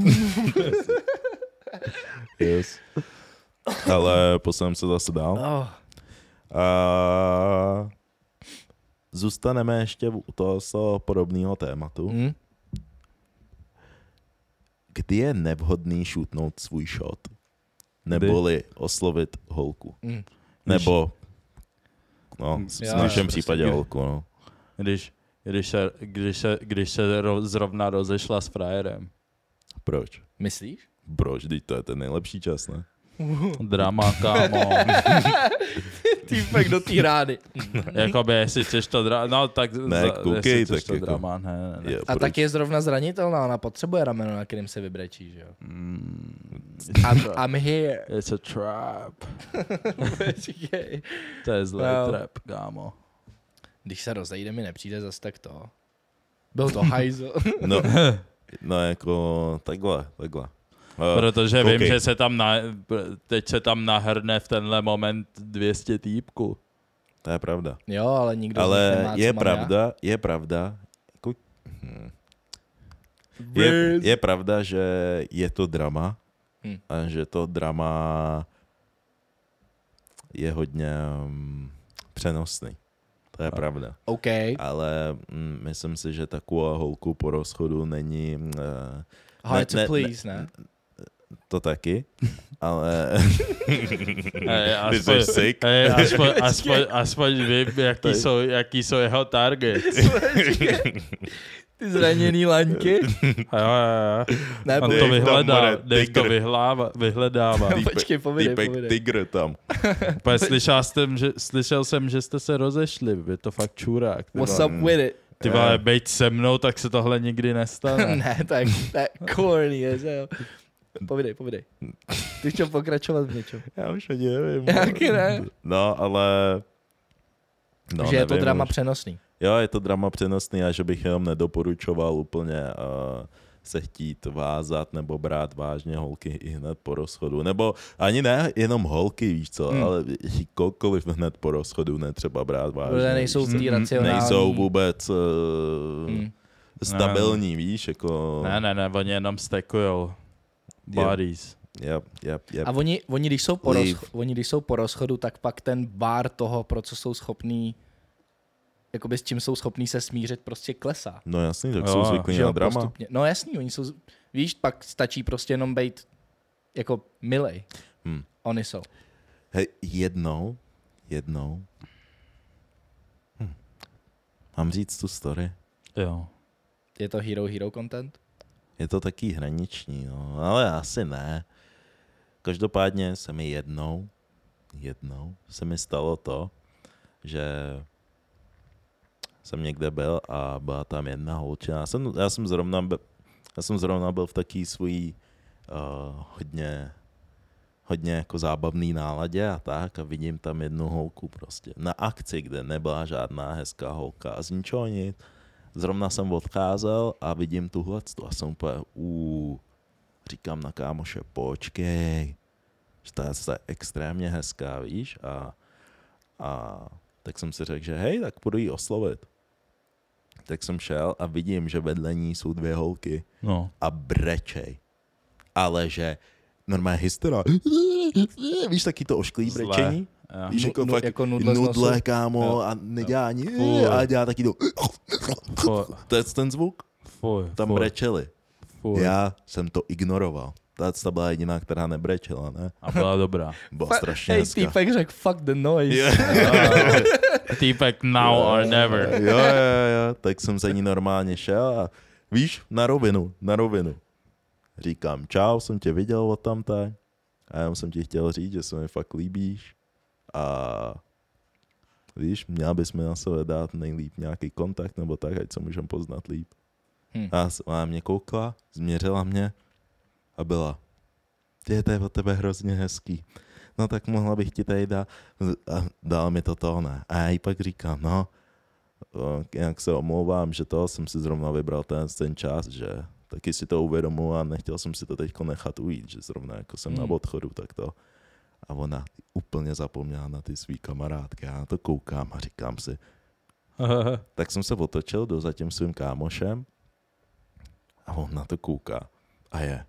S2: Yes. Ale posuneme se zase dál.
S3: Oh.
S2: A zůstaneme ještě u toho podobného tématu. Kdy je nevhodný šutnout svůj shot? Neboli oslovit holku. Nebo v našem případě holku. No.
S1: Když se zrovna rozešla s frajerem.
S2: Proč?
S3: Myslíš?
S2: Proč? Vždyť to je ten nejlepší čas, ne?
S1: Drama, kámo.
S3: Týpek do té rány.
S1: Jakoby, jestli chceš to drama, no tak...
S2: Ne, koukej, tak
S1: to
S2: jako...
S1: drama, ne.
S2: Je,
S3: A tak je zrovna zranitelná, ona potřebuje rameno, na kterým se vybrečí, že jo? I'm here.
S1: It's a trap.
S3: Počkej.
S1: To je zlý
S3: No.
S1: trap, kámo.
S3: Když se rozejde, mi nepřijde zas tak to. Byl to hajzl.
S2: No jako takhle.
S1: Protože
S2: koukej.
S1: vím, že teď se tam nahrne v tenhle moment 200 týpků.
S2: To je pravda.
S3: Jo, ale nikdo z nich
S2: Ale
S3: nemá, co
S2: je
S3: mám
S2: pravda, jako, je pravda, že je to drama a že to drama je hodně přenosný. To je pravda.
S3: OK.
S2: Ale myslím si, že takovou holku po rozchodu není...
S3: Hard to please, ne?
S2: To taky, ale...
S1: Hey,
S2: Ty jsi sick.
S1: aspoň vím, jaký jsou jeho targets.
S3: Ty zraněný laňky.
S1: Jo.
S3: Ne,
S1: On to vyhledává.
S3: Počkej, povídej.
S2: Týpek tygr tam.
S1: Slyšel jsem, že jste se rozešli. Je to fakt čurák.
S3: What's up with it?
S1: Ty vole, bejt se mnou, tak se tohle nikdy nestane.
S3: Ne, to je corny, je. Povídej. Ty chtěl pokračovat v něčem.
S2: Já už ani nevím.
S3: Jaký ne?
S2: No, ale... No,
S3: že je to
S2: nevím
S3: drama
S2: už.
S3: přenosný.
S2: Jo, je to drama přenosný a že bych jenom nedoporučoval úplně se chtít vázat nebo brát vážně holky i hned po rozchodu. Nebo ani ne jenom holky, víš co, ale kohokoliv hned po rozchodu netřeba brát vážně.
S3: Protože nejsou v té racionální...
S2: Nejsou vůbec stabilní, víš, jako...
S1: Ne, oni jenom stekujou bodies.
S2: Yep.
S3: A oni když jsou po rozchodu, tak pak ten bar toho, pro co jsou schopní, jakoby s čím jsou schopní se smířit, prostě klesá.
S2: No jasný, tak jsou zvyklí na drama.
S3: Postupně. No jasný, oni jsou, víš, pak stačí prostě jenom být jako milej. Oni jsou.
S2: Hej, jednou. Mám říct tu story?
S1: Jo.
S3: Je to hero content?
S2: je to taky hraniční, no, ale asi ne. Každopádně se mi jednou se mi stalo to, že jsem někde byl a byla tam jedna holčina. Já jsem zrovna byl v taký svůj hodně jako zábavný náladě a tak a vidím tam jednu holku prostě na akci, kde nebyla žádná hezká holka a z ničeho nic. Zrovna jsem odcházel a vidím tuhletu a jsem úplně říkám na kámoše, počkej, že ta je extrémně hezká, víš? A tak jsem si řekl, že hej, tak půjdu jí oslovit. Tak jsem šel a vidím, že vedle ní jsou 2 holky a brečej. Ale že normálně hysteria. Víš, taky to ošklý brečení? Víš, jako fakt
S3: jako
S2: nudle, kámo, a nedělá ani a dělá taky to. To je ten zvuk? Tam brečeli. Já jsem to ignoroval. Ta byla jediná, která nebrečela, ne?
S1: A byla dobrá.
S2: Byla strašně hezká.
S3: Týpek řekl, fuck the noise.
S1: Týpek now or never.
S2: Jo, tak jsem za ní normálně šel a víš, na rovinu. Říkám, čau, jsem tě viděl od tamté a já jsem ti chtěl říct, že se mi fakt líbíš a víš, měl bys mi na sebe dát nejlíp nějaký kontakt nebo tak, ať se můžem poznat líp. A mě koukla, změřila mě a byla, to je od tebe hrozně hezký. No tak mohla bych ti tady dát. A dala mi to ne. A já jí pak říkám, no, jak se omlouvám, že to jsem si zrovna vybral ten čas, že taky si to uvědomuji a nechtěl jsem si to teďko nechat ujít, že zrovna jako jsem na odchodu, tak to. A ona úplně zapomněla na ty svý kamarádky. Já na to koukám a říkám si. Tak jsem se otočil, jdu za tím svým kámošem a on na to kouká. A je.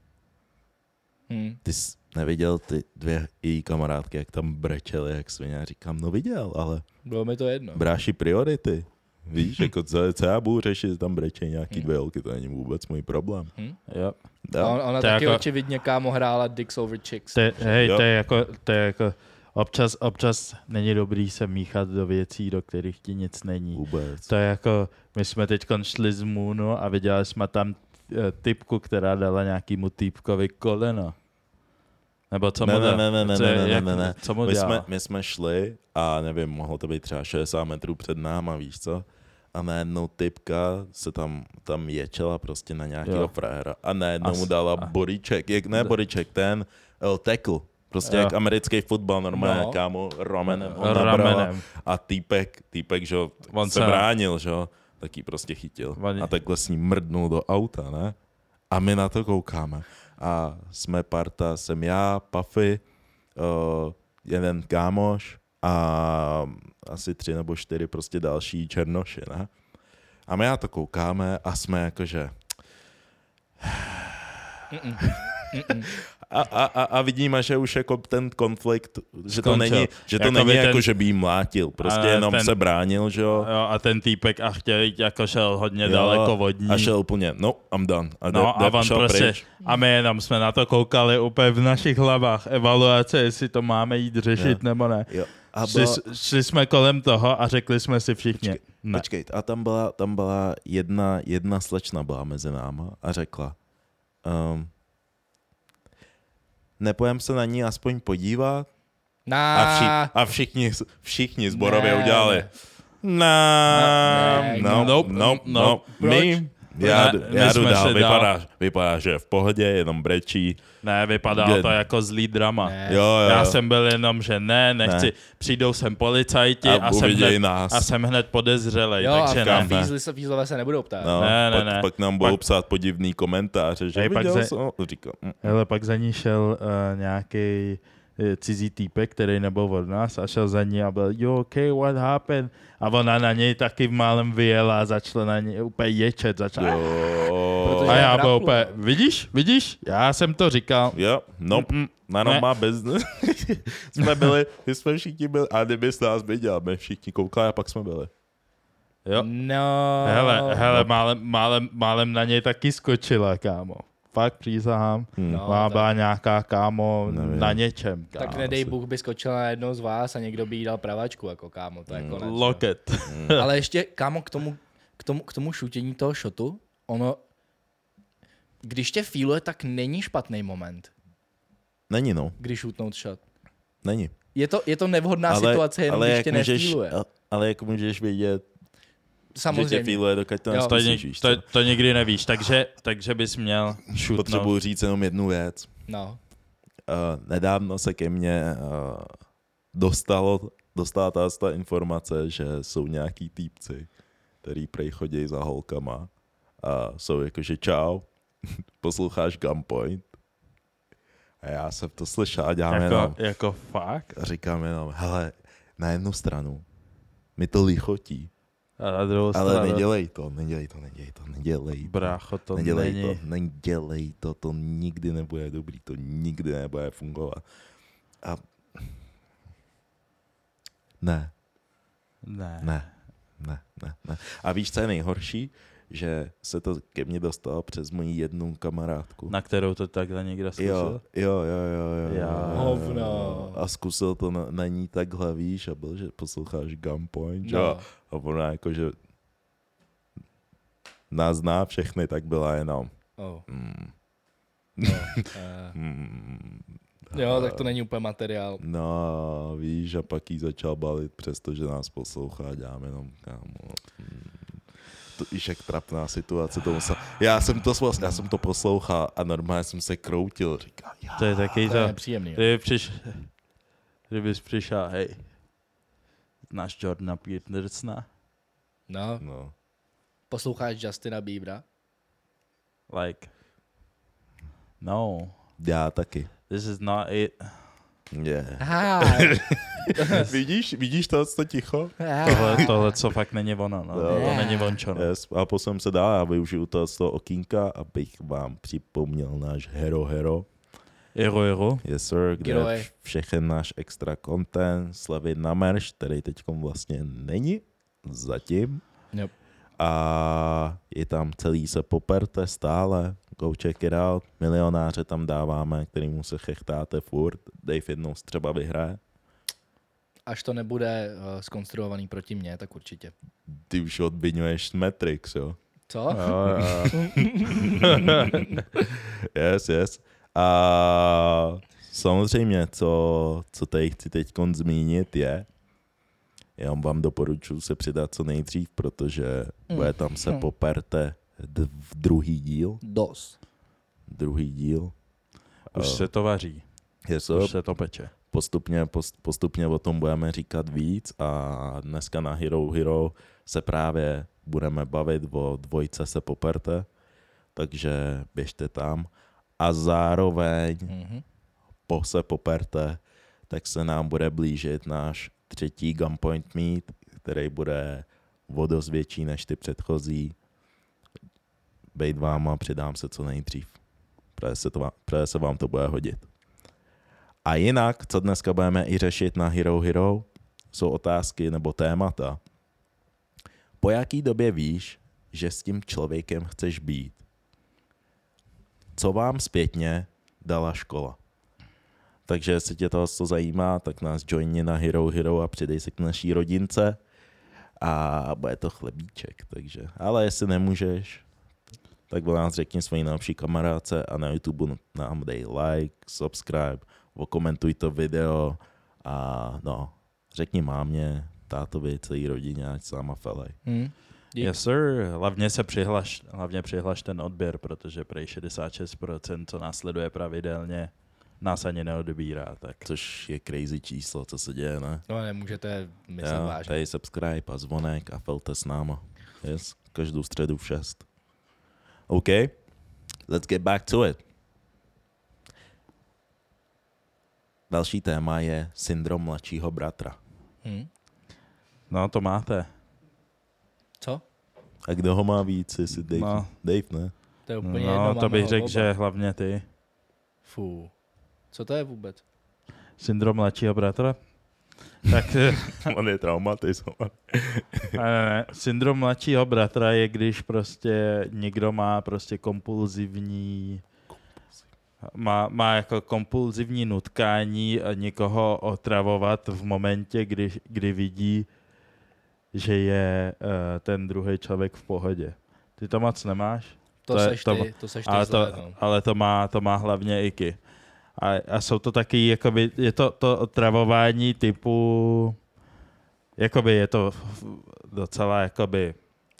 S2: Ty jsi neviděl ty 2 její kamarádky, jak tam brečely, jak svině. Já říkám, no viděl, ale
S3: bylo mi to jedno.
S2: Bráši priority. Víš, jako co já budu řešit, tam brečejí nějaký 2 holky, to není vůbec můj problém.
S1: Jo.
S3: Ona taky jako, očividně kámo hrála Dicks over Chicks.
S1: To je jako občas není dobrý se míchat do věcí, do kterých ti nic není.
S2: Vůbec.
S1: To je jako, my jsme teď šli z Moonu a viděli jsme tam typku, která dala nějakýmu týpkovi koleno. Nebo co mu
S2: Ne.
S1: Co mu dělala?
S2: My jsme šli a nevím, mohlo to být třeba 60 metrů před náma, víš co? A najednou typka se tam ječela prostě na nějakého frajera a najednou mu dala bodyček, bodyček, ten tackle. Prostě jak americký fotbal normálně, kámo, ramenem. A týpek, že on se bránil, že tak ji prostě chytil. A takhle s ním mrdnul do auta, ne? A my na to koukáme. A jsme parta, jsem já, Puffy, jeden kámoš a asi 3 nebo 4 prostě další černoši, ne? A my na to koukáme a jsme jakože... A vidíme, že už jako ten konflikt, že to není, jako, že by jí mlátil, prostě jenom se bránil, že jo.
S1: A ten týpek a chtěl jít, jako šel hodně daleko od ní.
S2: A šel úplně, I'm done. A
S1: on prostě, a my jenom jsme na to koukali úplně v našich hlavách, evaluace, jestli to máme jít řešit nebo ne.
S2: Jo.
S1: Šli jsme kolem toho a řekli jsme si všichni.
S2: Počkej, a tam byla jedna slečna byla mezi náma a řekla, nepojem se na ní aspoň podívat? A všichni zborově udělali. No. Já jdu dál. Vypadá, že je v pohodě, jenom brečí.
S1: Ne, vypadalo to jako zlý drama.
S2: Jo.
S1: Já jsem byl jenom, že nechci. Přijdou sem policajti a jsem hned podezřelej.
S3: Jo,
S1: takže
S3: a fízlové se nebudou ptát.
S2: No, ne. Pak nám budou psát podivný komentáře, že viděl jsem.
S1: Hele, pak za ní šel nějaký cizí týpek, který nebyl od nás a šel za ní a byl, okay, what happened? A ona na něj taky málem vyjela a začala na něj úplně ječet. A já byl úplně, vidíš? Já jsem to říkal.
S2: Jo, má business. My jsme všichni byli, a kdybys nás viděl, my všichni koukali a pak jsme byli.
S1: Jo.
S3: No.
S1: Hele, málem na něj taky skočila, kámo. Fakt přísahám. Byla nějaká kámo na něčem. Kámo.
S3: Tak nedej Bůh by skočila na jednou z vás a někdo by jí dal pravačku jako kámo. To je konec.
S1: Loket.
S3: Ale ještě kámo k tomu šutění toho šotu, ono Když tě feeluje, tak není špatný moment,
S2: Není, no.
S3: když shootnout shot.
S2: Není.
S3: Je to nevhodná situace, jenom když tě nefeeluje.
S2: Ale jak můžeš vědět, že tě
S3: Samozřejmě.
S2: feeluje, dokud to neskusíš, víš co?
S1: To nikdy nevíš, takže bys měl shootnout.
S2: Potřebuji říct jenom jednu věc.
S3: No.
S2: Nedávno se ke mně dostala ta informace, že jsou nějaký týpci, který prej chodí za holkama a jsou jakože čau, posloucháš Gunpoint. A já jsem to slyšel a dělám jenom...
S1: Jako fakt?
S2: A říkám jenom, hele, na jednu stranu mi to lichotí,
S1: A na druhou
S2: ale
S1: stranu...
S2: nedělej to.
S1: Brácho, to
S2: Nedělej
S1: není...
S2: nedělej to nikdy nebude dobrý, to nikdy nebude fungovat. A ne. A víš, co je nejhorší? Že se to ke mně dostalo přes moji jednu kamarádku.
S1: Na kterou to takhle někdo zkusil?
S2: Jo.
S3: Hovno.
S2: A zkusil to na ní takhle, víš, a byl, že posloucháš Gunpoint,
S3: No.
S2: a ona jakože nás zná všechny, tak byla jenom
S3: Oh. Jo, tak to není úplně materiál.
S2: no, víš, a pak jí začal balit, přestože nás poslouchá, děláme jenom, kámo. To víš, jak trapná situace to musela. Já jsem to poslouchal a normálně jsem se kroutil, říkal,
S1: To je taky
S3: To je
S1: to...
S3: nepříjemný.
S1: Kdybys přišel, hej, znáš Jordana Petersona?
S3: No,
S2: no.
S3: posloucháš Justina Biebera?
S1: Like, no,
S2: Já taky.
S1: this is not it.
S2: Yeah. vidíš to ticho?
S1: Tohle, co fakt není ono, no. To není vončo, no.
S2: Yes. A posuneme se dál, já využiju toho z toho okýnka, abych vám připomněl náš Hero.
S1: Hero.
S2: Yes, sir, kde
S3: Giroje.
S2: je všechen náš extra content, slevy na merch, který teď vlastně není, zatím.
S3: Yep.
S2: A je tam celý se poperte stále, go check it out, milionáře tam dáváme, kterýmu se chechtáte furt, Dave jednou třeba vyhraje.
S3: Až to nebude zkonstruovaný proti mně, tak určitě.
S2: Ty už odbyňuješ Matrix, jo?
S3: Co?
S2: Yes. A samozřejmě, co tady chci teď zmínit je, já vám doporučuji se přidat co nejdřív, protože bude tam se poperte v druhý díl. Druhý díl.
S1: Už se to vaří,
S2: Yes,
S1: už se to peče.
S2: Postupně o tom budeme říkat víc a dneska na Hero se právě budeme bavit o dvojce se poperte, takže běžte tam a zároveň po se poperte, tak se nám bude blížit náš 3. Gunpoint Meet, který bude o dost větší než ty předchozí. Bejt váma, přidám se co nejdřív. Protože se vám to bude hodit. A jinak, co dneska budeme i řešit na Hero, jsou otázky nebo témata. Po jaký době víš, že s tím člověkem chceš být? Co vám zpětně dala škola? Takže jestli tě to zajímá, tak nás joini na Hero a přidej se k naší rodince a bude to chlebíček. Takže. Ale jestli nemůžeš, tak nás řekni svojí nejlepší kamarádce a na YouTube nám dej like, subscribe, okomentuj to video a no, řekni mámě, tátovi, celý rodině, ať sama felej.
S1: Yes, sir. Hlavně přihlaš ten odběr, protože prej 66%, co nás sleduje pravidelně, nás ani neodbírá. Tak.
S2: Což je crazy číslo, co se děje, ne?
S3: No nemůžete myslet vážně.
S2: Tady subscribe a zvonek a felte s náma. Yes, každou středu v 6. OK, let's get back to it. Další téma je syndrom mladšího bratra.
S1: No, to máte.
S3: Co?
S2: A kdo ho má víc, jestli Dave?
S1: No.
S2: Dave, ne?
S3: To je úplně
S1: No,
S3: jedno,
S1: to
S3: máme
S1: bych
S3: ho
S1: řekl,
S3: oba.
S1: že hlavně ty.
S3: Fú. Co to je vůbec?
S1: Syndrom mladšího bratra? Tak
S2: On je traumatizovaný.
S1: ne. Syndrom mladšího bratra je, když prostě někdo má prostě kompulzivní má jako kompulzivní nutkání někoho otravovat v momentě, kdy vidí, že je ten druhý člověk v pohodě. Ty to moc nemáš?
S3: To seš ty zle, no.
S1: Ale to má hlavně IKI. A jsou to taky, jakoby, je to otravování typu, jakoby je to docela, jakoby,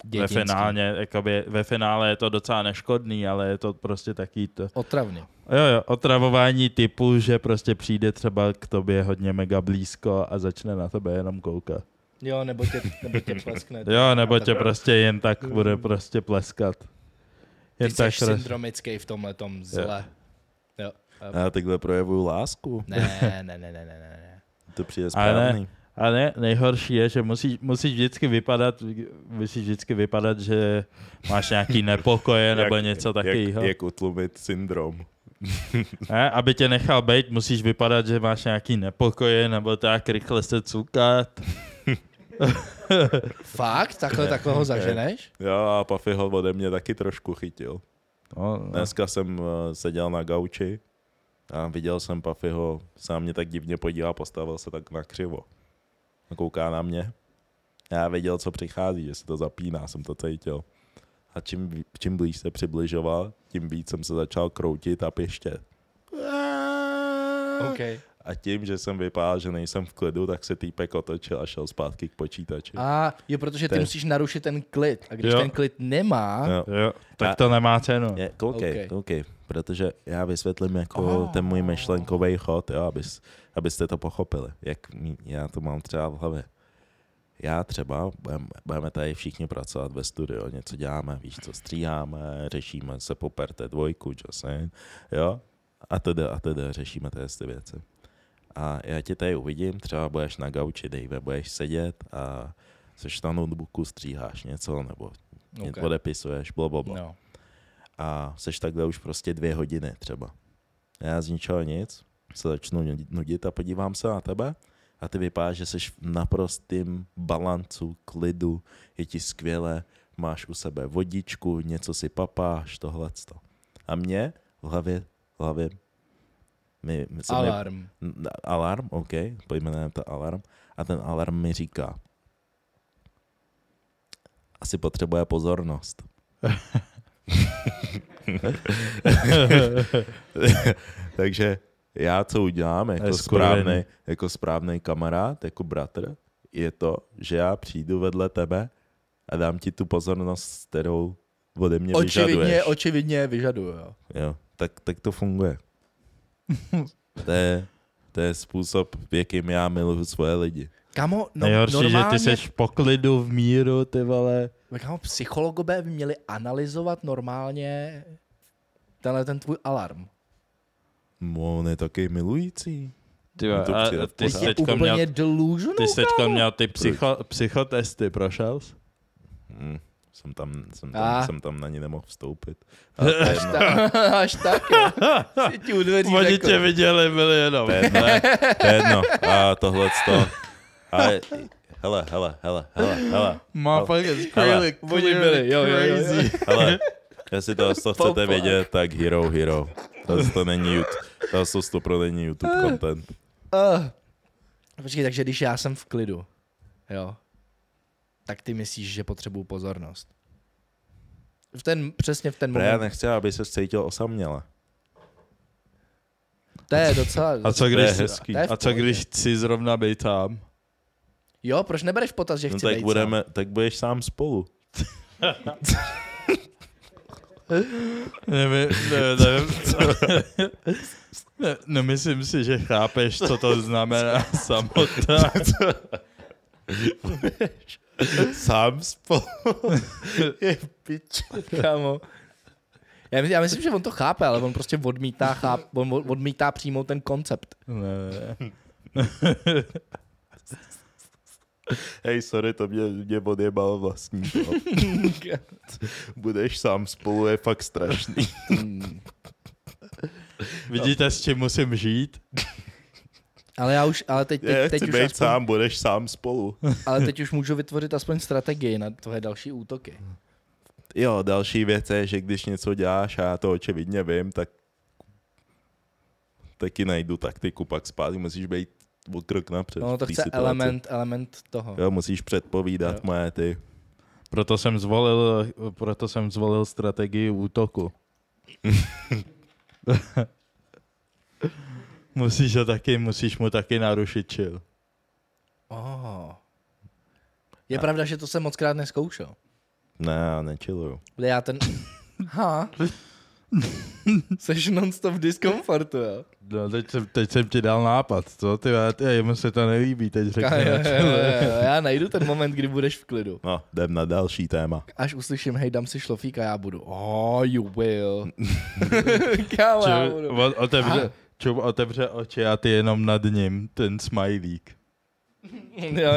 S1: ve finále je to docela neškodný, ale je to prostě taky to...
S3: Otravný.
S1: Jo, otravování typu, že prostě přijde třeba k tobě hodně mega blízko a začne na tebe jenom koukat.
S3: Jo, nebo tě pleskne.
S1: Jo, nebo tě prostě jen tak bude prostě pleskat.
S3: Ty jsi syndromický v tomhletom zle. Jo.
S2: Já takhle projevuju lásku.
S3: Ne.
S2: To přijde správný.
S1: A ne, nejhorší je, že musíš vždycky vypadat, že máš nějaký nepokoje nebo něco takového.
S2: Jak utlumit syndrom.
S1: Ne, aby tě nechal bejt, musíš vypadat, že máš nějaký nepokoje nebo tak rychle se cukat.
S3: Fakt? Takhle ho zaženeš?
S2: Jo, a Puffy ho ode mě taky trošku chytil.
S1: No.
S2: Dneska jsem seděl na gauči a viděl jsem Puffyho, se na mě tak divně podíval, postavil se tak na křivo. Kouká na mě. Já věděl, co přichází, že se to zapíná, jsem to cítil. A čím blíž se přibližoval, tím víc jsem se začal kroutit a pěštět.
S3: Okay.
S2: A tím, že jsem vypadal, že nejsem v klidu, tak se týpek otočil a šel zpátky k počítači.
S3: Jo, protože ty musíš narušit ten klid. A když ten klid nemá...
S1: Jo, tak to nemá cenu.
S2: Koukej, protože já vysvětlím jako ten můj myšlenkový chod, jo, abyste to pochopili, jak já to mám třeba v hlavě. Já třeba, budeme tady všichni pracovat ve studiu, něco děláme, víš co, stříháme, řešíme se poperte dvojku, časem, jo, a tedy řešíme ty věci. A já tě tady uvidím, třeba budeš na gauči, Dave, budeš sedět a seš na notebooku, stříháš něco, nebo něco odepisuješ, blablabla. No. A seš takhle už prostě 2 hodiny třeba. Já z ničeho nic se začnu nudit a podívám se na tebe a ty vypadáš, že seš v naprostým balancu, klidu, je ti skvěle, máš u sebe vodičku, něco si papáš, tohleto. A mě v hlavě
S3: alarm.
S2: Alarm, OK, pojmenujeme to alarm. A ten alarm mi říká, asi potřebuje pozornost. Takže já, co udělám jako správný kamarád, jako bratr, je to, že já přijdu vedle tebe a dám ti tu pozornost, kterou ode mě vyžaduješ.
S3: Očividně vyžaduju, jo.
S2: Jo, tak to funguje. To je způsob, v jakým já miluju svoje lidi.
S3: Kamo,
S1: nejhorší,
S3: normálně...
S1: že ty seš v poklidu, v míru, ty vole.
S3: Kamo, psychologové by měli analyzovat normálně ten tvůj alarm.
S2: On je taky milující.
S1: Ty jsi teďka měl ty psychotesty, prošel jsi?
S2: Jsem tam na ní nemohl vstoupit.
S3: Až tak, jo. Si ti u dveří
S1: oni
S3: řekl.
S1: tě viděli, byli jenom.
S2: To je jedno. A tohleto. Hele.
S1: Motherfuckers,
S3: Oni byli, jo.
S2: Hele, jestli to chcete vědět, tak Hero. To není to jsou 100% YouTube content.
S3: Počkej, takže když já jsem v klidu, jo, tak ty myslíš, že potřebuju pozornost. Přesně v ten moment.
S2: Já nechci, aby se cítil osaměle.
S3: To je docela...
S1: A co když chci zrovna být tam?
S3: Jo, proč nebereš v potaz, že chci být sám?
S2: Tak budeš sám spolu.
S1: Nevím. Nemyslím si, že chápeš, co to znamená samota.
S2: Sám spolu. Je pič.
S3: Kámo. Já myslím, že on to chápe, ale on prostě odmítá přijmout ten koncept.
S1: Ne.
S2: Hej, sorry, to mě odjebal vlastní. Budeš sám spolu, je fakt strašný.
S1: Vidíte, s čím musím žít?
S3: Ale teď
S2: chci
S3: už
S2: být
S3: aspoň,
S2: sám, budeš sám spolu.
S3: Ale teď už můžu vytvořit aspoň strategii na tvoje další útoky.
S2: Jo, další věc je, že když něco děláš a já to očividně vím, tak taky najdu taktiku, pak zpátky musíš být o krok napřed.
S3: No to chce element toho.
S2: Jo, musíš předpovídat moje ty...
S1: Proto jsem zvolil strategii útoku. Musíš mu taky narušit chill.
S3: Je pravda, že to jsem mockrát neskoušel.
S2: Ne, já nechilluju.
S3: Já ten... Seš non-stop v diskomfortu, jo?
S1: No, teď jsem ti dal nápad, co? Jemu se to nelíbí, teď řekne.
S3: Já najdu ten moment, kdy budeš v klidu.
S2: No, jdem na další téma.
S3: Až uslyším, hej, dám si šlofík a já budu, you will. Kámo, já budu.
S1: Otevře oči a ty jenom nad ním, ten smajlík.
S3: Jo.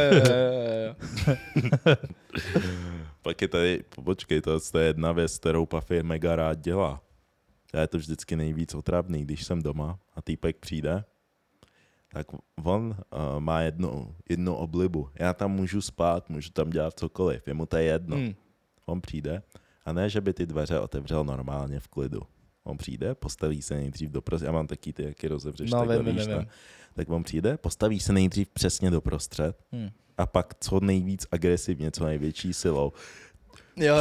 S2: Pak je tady, počkej, to je jedna věc, kterou Puffy mega rád dělá. Já je to vždycky nejvíc otravný, když jsem doma a týpek přijde, tak on má jednu oblibu. Já tam můžu spát, můžu tam dělat cokoliv, jemu to je jedno. On přijde a ne, že by ty dveře otevřel normálně v klidu. On přijde, postaví se nejdřív doprostřed, já mám taky ty, jak je rozevřeš,
S3: Vím.
S2: Tak on přijde, postaví se nejdřív přesně doprostřed a pak co nejvíc agresivně, co největší silou.
S3: Jo.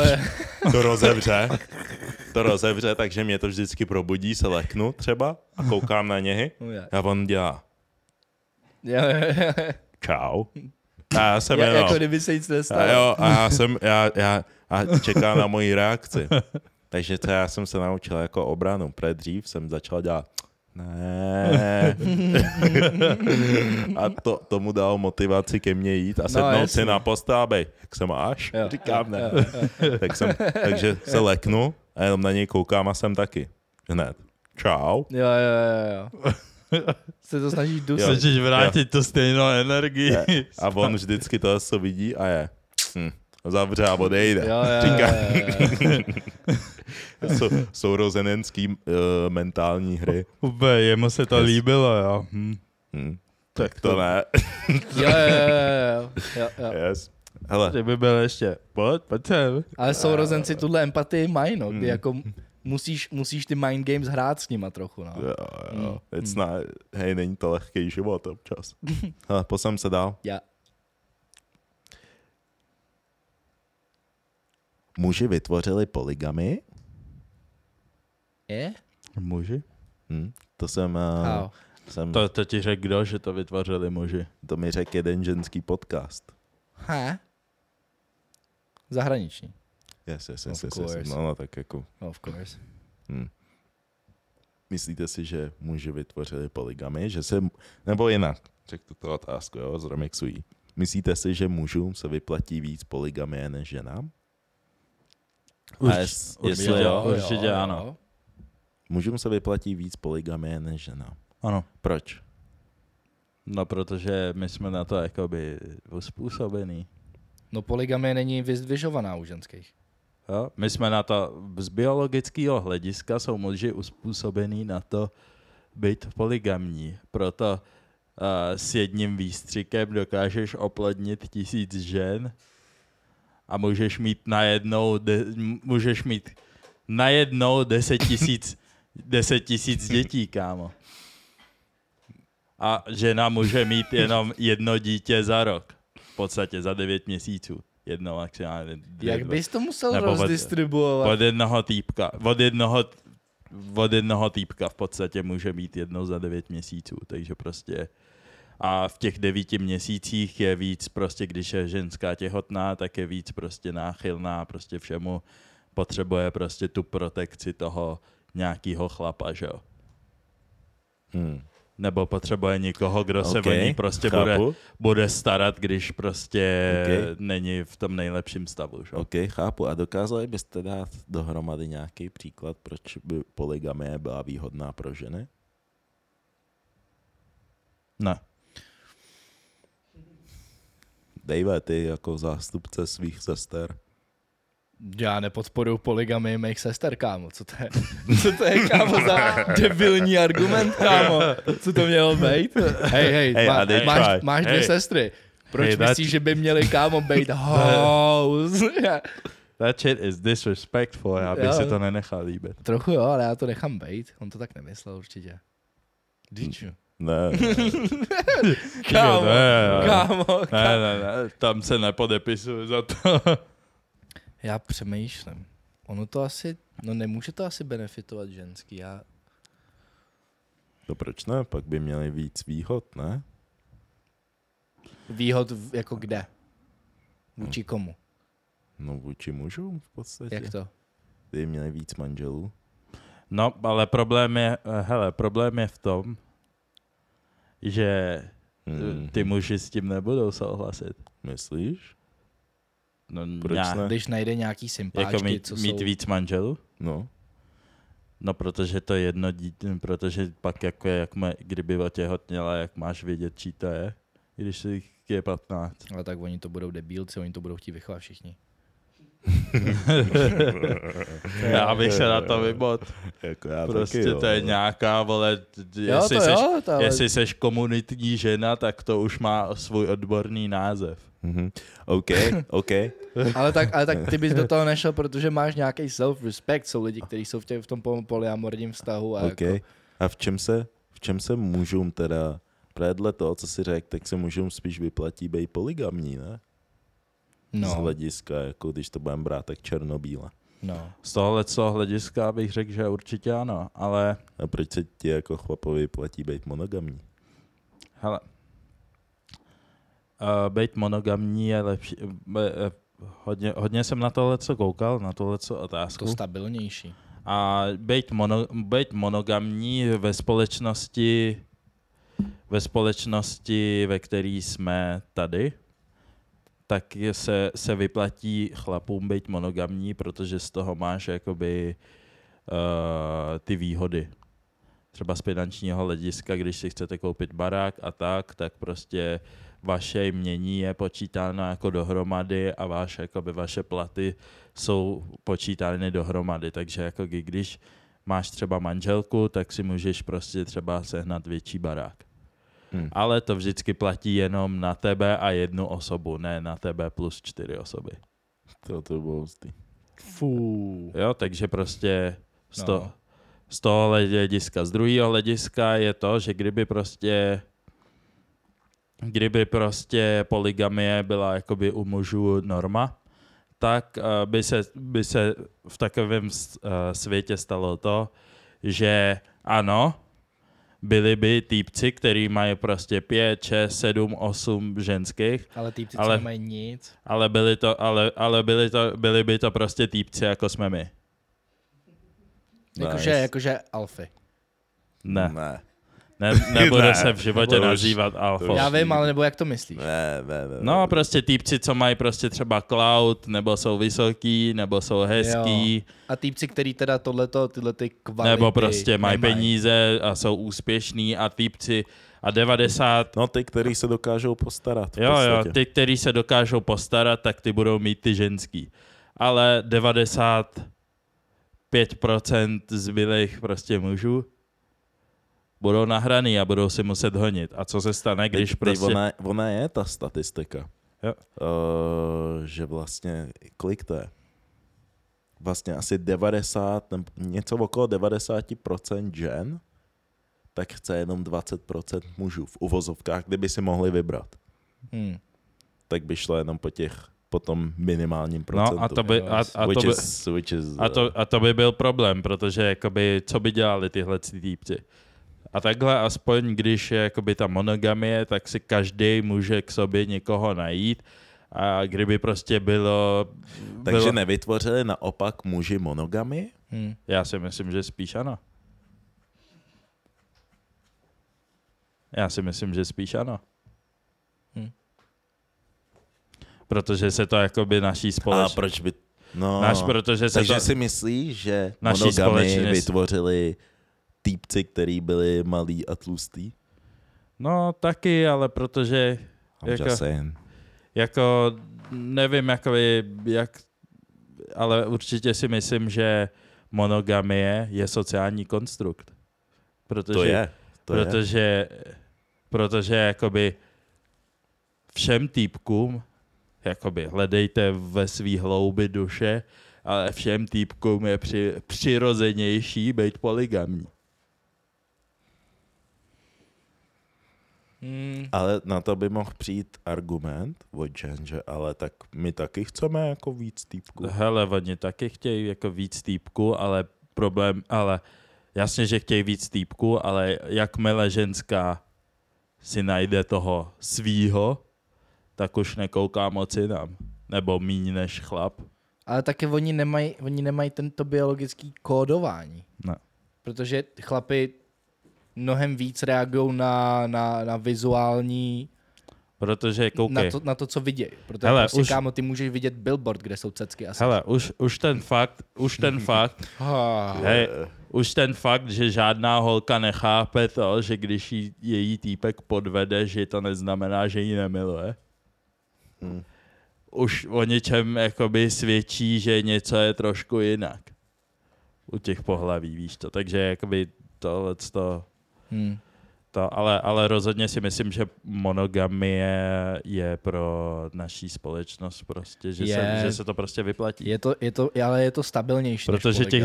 S2: To rozevře, takže mě to vždycky probudí, se leknu třeba a koukám na něj a on dělá.
S3: Jo.
S2: Čau. A já jsem jenom.
S3: Jako kdyby se nic nestalo.
S2: A čekám na moji reakci. Takže to já jsem se naučil jako obranu. Dřív jsem začal dělat ne. A tomu dalo motivaci ke mně jít a sednout si na postábej. Jak se máš?
S3: Jo.
S2: Říkám ne. Takže se leknu a jenom na něj koukám a jsem taky. Hned. Čau.
S3: Jo. Se to snažíš dusit.
S1: Chceš vrátit tu stejnou energii.
S2: A on vždycky to, co vidí a je. Zavře a odejde.
S3: Říká.
S2: Sourozenenský mentální hry.
S1: Jemu se to líbilo, jo.
S2: Tak to ne.
S3: Jo.
S2: Yes. Hele.
S1: Ty by byl ještě, pojď sem.
S3: Ale sourozenci tuhle empatii mají, no, kdy jako musíš ty mind games hrát s nima trochu, no.
S2: Jo. Hej, není to lehký život občas. Hele, posem se dál.
S3: Já.
S2: Muži vytvořili polygamy?
S3: Je?
S1: Muži?
S2: To jsem...
S1: To ti řekl kdo, že to vytvořili muži?
S2: To mi řekl jeden ženský podcast.
S3: Zahraniční.
S2: Yes. No, tak jako...
S3: Of course.
S2: Myslíte si, že muži vytvořili polygamy? Že se... Nebo jinak, řekl tuto otázku, jo, zromixují. Myslíte si, že mužům se vyplatí víc polygamie než ženám?
S1: Určitě ano.
S2: Mužům se vyplatí víc polygamie než ženám.
S1: Ano.
S2: Proč?
S1: No, protože my jsme na to jakoby uspůsobený.
S3: No, polygamie není vyzdvižovaná u ženských.
S1: Jo? My jsme na to, z biologického hlediska jsou muži uspůsobený na to být polygamní. Proto s jedním výstřikem dokážeš oplodnit 1000 žen a můžeš mít najednou 10 000 dětí, kámo. A žena může mít jenom jedno dítě za rok. V podstatě za 9 měsíců. Jedno maximálně.
S3: Jak bys to musel rozdistribuovat?
S1: Od jednoho týpka v podstatě může mít jedno za 9 měsíců. Takže prostě... A v těch 9 měsících je víc prostě, když je ženská těhotná, tak je víc prostě náchylná prostě všemu. Potřebuje prostě tu protekci toho nějakého chlapa, že jo. Nebo potřebuje někoho, kdo se o ní prostě bude starat, když prostě není v tom nejlepším stavu. Že?
S2: OK, chápu. A dokázali byste dát dohromady nějaký příklad, proč by polygamie byla výhodná pro ženy?
S1: Ne.
S2: Dejve, ty jako zástupce svých sester.
S3: Já nepodporuji polygamii mých sester, kámo. Co to je, kámo, za debilní argument, kámo? Co to mělo být? Hej, máš 2 sestry. Proč myslíš, že by měli, kámo, být house?
S1: That shit is disrespectful, já bych si to nenechal líbit.
S3: Trochu jo, ale já to nechám být. On to tak nemyslel určitě. Díču.
S2: Ne.
S3: Kámo.
S1: Ne, tam se nepodepisuju za to.
S3: Já přemýšlím. Ono to asi, no nemůže to asi benefitovat ženský.
S2: To proč ne? Pak by měli víc výhod, ne?
S3: Výhod jako kde? Vůči komu?
S2: No vůči mužům v podstatě.
S3: Jak to?
S2: Ty měli víc manželů.
S1: No, ale problém je v tom, že ty muži s tím nebudou souhlasit.
S2: Myslíš?
S1: No,
S2: Proč ne?
S3: Když najde nějaký sympáčky,
S1: jako
S3: co
S1: mít
S3: jsou...
S1: víc manželů?
S2: No.
S1: No, protože to jedno dítě, protože pak jako kdyby otěhotněla, jak máš vědět, čí to je, když je 15.
S3: Ale tak oni to budou debílci, oni to budou chtít vychovat všichni.
S1: Já bych se na to vybod.
S2: Jako já
S1: Prostě
S2: taky,
S1: to je nějaká, vole, jestli seš komunitní žena, tak to už má svůj odborný název.
S2: Mm-hmm. OK.
S3: ale tak ty bys do toho nešel, protože máš nějaký self-respect. Jsou lidi, kteří jsou v tom polyamorním vztahu. A,
S2: okay.
S3: jako...
S2: A v čem se mužům teda, právě toho, co si řekl, tak se mužům spíš vyplatí být polygamní, ne?
S3: No.
S2: Z hlediska, jako když to budeme brát tak černobíle.
S3: No.
S1: Z tohoto hlediska bych řekl, že určitě ano, ale...
S2: A proč se ti jako chlapovi vyplatí být monogamní?
S1: Hele, být monogamní je lepší. Hodně jsem na tohleto koukal, na tohleto otázku.
S3: To stabilnější.
S1: A být monogamní ve společnosti, ve které jsme tady, tak se vyplatí chlapům být monogamní, protože z toho máš jakoby ty výhody. Třeba z finančního hlediska, když si chcete koupit barák a tak prostě vaše jmění je počítáno jako dohromady a vaše platy jsou počítány dohromady. Takže jako když máš třeba manželku, tak si můžeš prostě třeba sehnat větší barák. Ale to vždycky platí jenom na tebe a jednu osobu, ne na tebe plus 4 osoby.
S2: To bylo hustý.
S3: Fú.
S1: Jo, takže prostě z toho hlediska. Z druhého hlediska je to, že kdyby prostě polygamie byla jakoby u mužů norma, tak by se v takovém světě stalo to, že ano, byli by týpci, který mají prostě 5, 6, 7, 8 ženských.
S3: Ale týpci, co nemají nic.
S1: Ale byli by to prostě týpci, jako jsme my.
S3: Jakože alfy.
S1: Ne. Nebude se v životě nazývat alfa.
S3: Já vím, ale nebo jak to myslíš?
S2: Ne.
S1: No prostě týpci, co mají prostě třeba cloud, nebo jsou vysoký, nebo jsou hezký.
S3: Jo. A týpci, který teda tyhle ty kvality
S1: nebo prostě mají
S3: nemají.
S1: peníze a jsou úspěšní a týpci a 90...
S2: No ty, který se dokážou postarat.
S1: Jo, ty, který se dokážou postarat, tak ty budou mít ty ženský. Ale 95% zbylých prostě mužů budou nahraný a budou si muset honit. A co se stane, když prostě...
S2: Ona je ta statistika.
S1: Jo.
S2: Že vlastně, kolik to je? Vlastně asi 90, něco okolo 90% žen, tak chce jenom 20% mužů v uvozovkách, kdyby si mohli vybrat. Tak by šlo jenom po tom minimálním procentu.
S1: No a to by byl problém, protože jakoby, co by dělali tyhle týpci? A takhle aspoň, když je jakoby ta monogamie, tak si každý může k sobě někoho najít a kdyby prostě bylo...
S2: Takže nevytvořili naopak muži monogamii?
S1: Já si myslím, že spíš ano. Protože se to jakoby naší společnosti...
S2: A proč by... No,
S1: takže
S2: si myslíš, že monogamii vytvořili týpci, který byli malí a tlustý?
S1: No taky, ale protože... Jako nevím, ale určitě si myslím, že monogamie je sociální konstrukt. Protože jakoby všem týpkům jakoby hledejte ve svý hloubi duše, ale všem týpkům je přirozenější být polygamní.
S2: Ale na to by mohl přijít argument od žen, že ale tak my taky chceme jako víc týpků.
S1: Hele, oni taky chtějí jako víc týpků, ale jasně, že chtějí víc týpků, ale jakmile ženská si najde toho svýho, tak už nekouká moc jinam. Nebo míň než chlap.
S3: Ale taky oni nemají tento biologický kódování.
S1: Ne.
S3: Protože chlapi mnohem víc reagují na vizuální,
S1: Protože koukej.
S3: na to, co vidějí. Protože
S1: Hele,
S3: prostě, kámo, ty můžeš vidět billboard, kde jsou cecky asi.
S1: Hele, už ten fakt, hej, už ten fakt, že žádná holka nechápe to, že když její týpek podvede, že to neznamená, že ji nemiluje. Už o něčem jakoby svědčí, že něco je trošku jinak. U těch pohlaví, víš to. Takže jakoby tohleto... Ale rozhodně si myslím, že monogamie je pro naší společnost prostě, že se to prostě vyplatí.
S3: Ale je to stabilnější.
S1: Protože těch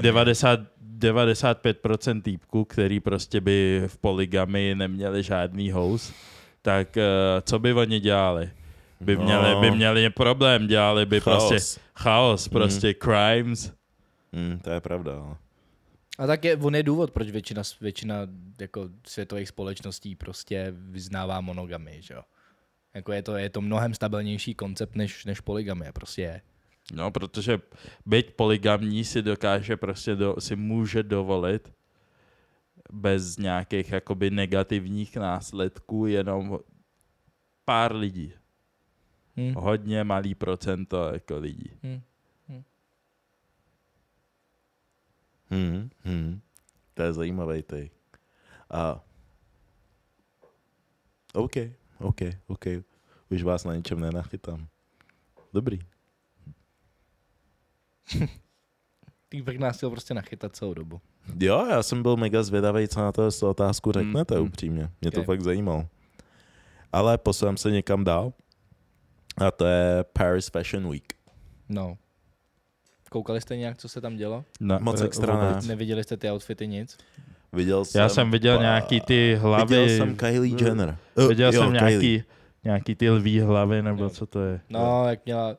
S1: 95% týpků, který prostě by v polygamii neměli žádný hous, tak co by oni dělali? By měli problém, dělali by prostě chaos, prostě crimes.
S2: To je pravda.
S3: A tak on je důvod, proč většina jako světových společností prostě vyznává monogamii, že jo. Jako je to mnohem stabilnější koncept než polygamie, prostě je.
S1: No, protože být polygamní si dokáže prostě si může dovolit bez nějakých jakoby negativních následků jenom pár lidí. Hodně malý procento jako lidí.
S2: To je zajímavý take. OK. Už vás na ničem nenachytám. Dobrý.
S3: Týpek nás chtěl prostě nachytat celou dobu.
S2: Jo, já jsem byl mega zvědavý, co na to otázku řeknete upřímně. Mě to fakt zajímalo. Ale posuneme se někam dál. A to je Paris Fashion Week.
S3: No. Koukali jste nějak, co se tam dělo?
S1: No,
S2: moc extra.
S3: Neviděli jste ty outfity nic?
S2: Já
S1: jsem viděl nějaký ty hlavy.
S2: Viděl jsem Kylie Jenner.
S1: Viděl jsem nějaký ty lví hlavy, nebo co to je.
S3: No, jak měla...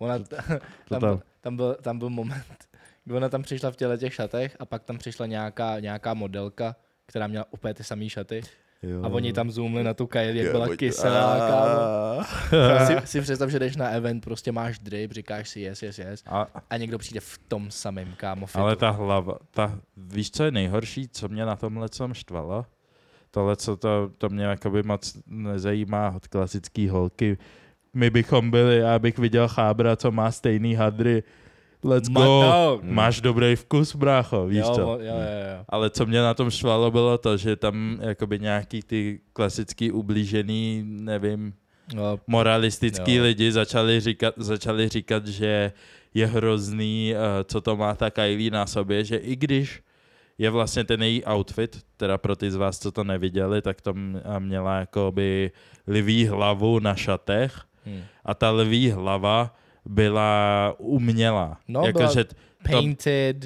S3: Tam byl moment, kdy ona tam přišla v těch šatech a pak tam přišla nějaká modelka, která měla úplně ty samý šaty. Jo. A oni tam zoomli na tu Kylie, jak byla kyselá, kámo. si představ, že jdeš na event, prostě máš drip, říkáš si yes. A někdo přijde v tom samém, kámo, fitu.
S1: Ale ta hlava, víš, co je nejhorší, co mě na tomhle štvalo? Tohle, co to mě jakoby moc nezajímá od klasický holky. My bychom byli, já bych viděl chábra, co má stejný hadry. Let's go. Máš dobrý vkus, brácho, víš co?
S3: Jo.
S1: Ale co mě na tom štvalo, bylo to, že tam jakoby nějaký ty klasický ublížený, nevím, moralistický lidi začali říkat, že je hrozný, co to má ta Kylie na sobě, že i když je vlastně ten její outfit, teda pro ty z vás, co to neviděli, tak to měla jakoby lví hlavu na šatech a ta lví hlava byla umělá.
S3: No, jako, byla painted.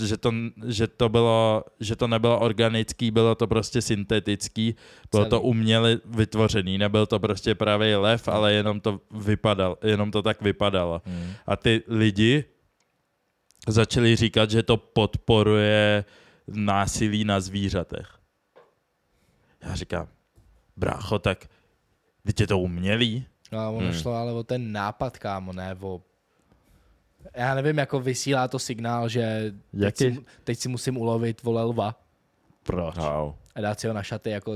S1: Že to nebylo organický, bylo to prostě syntetický, bylo to uměle vytvořený, nebyl to prostě pravý lev, ale jenom to tak vypadalo. A ty lidi začali říkat, že to podporuje násilí na zvířatech. Já říkám, brácho, tak teď je to umělý?
S3: No, ono šlo ale o ten nápad, kámo, ne o... Já nevím, jako vysílá to signál, že teď si musím ulovit, vole, lva.
S1: Proč?
S3: A dát si ho na šaty, jako...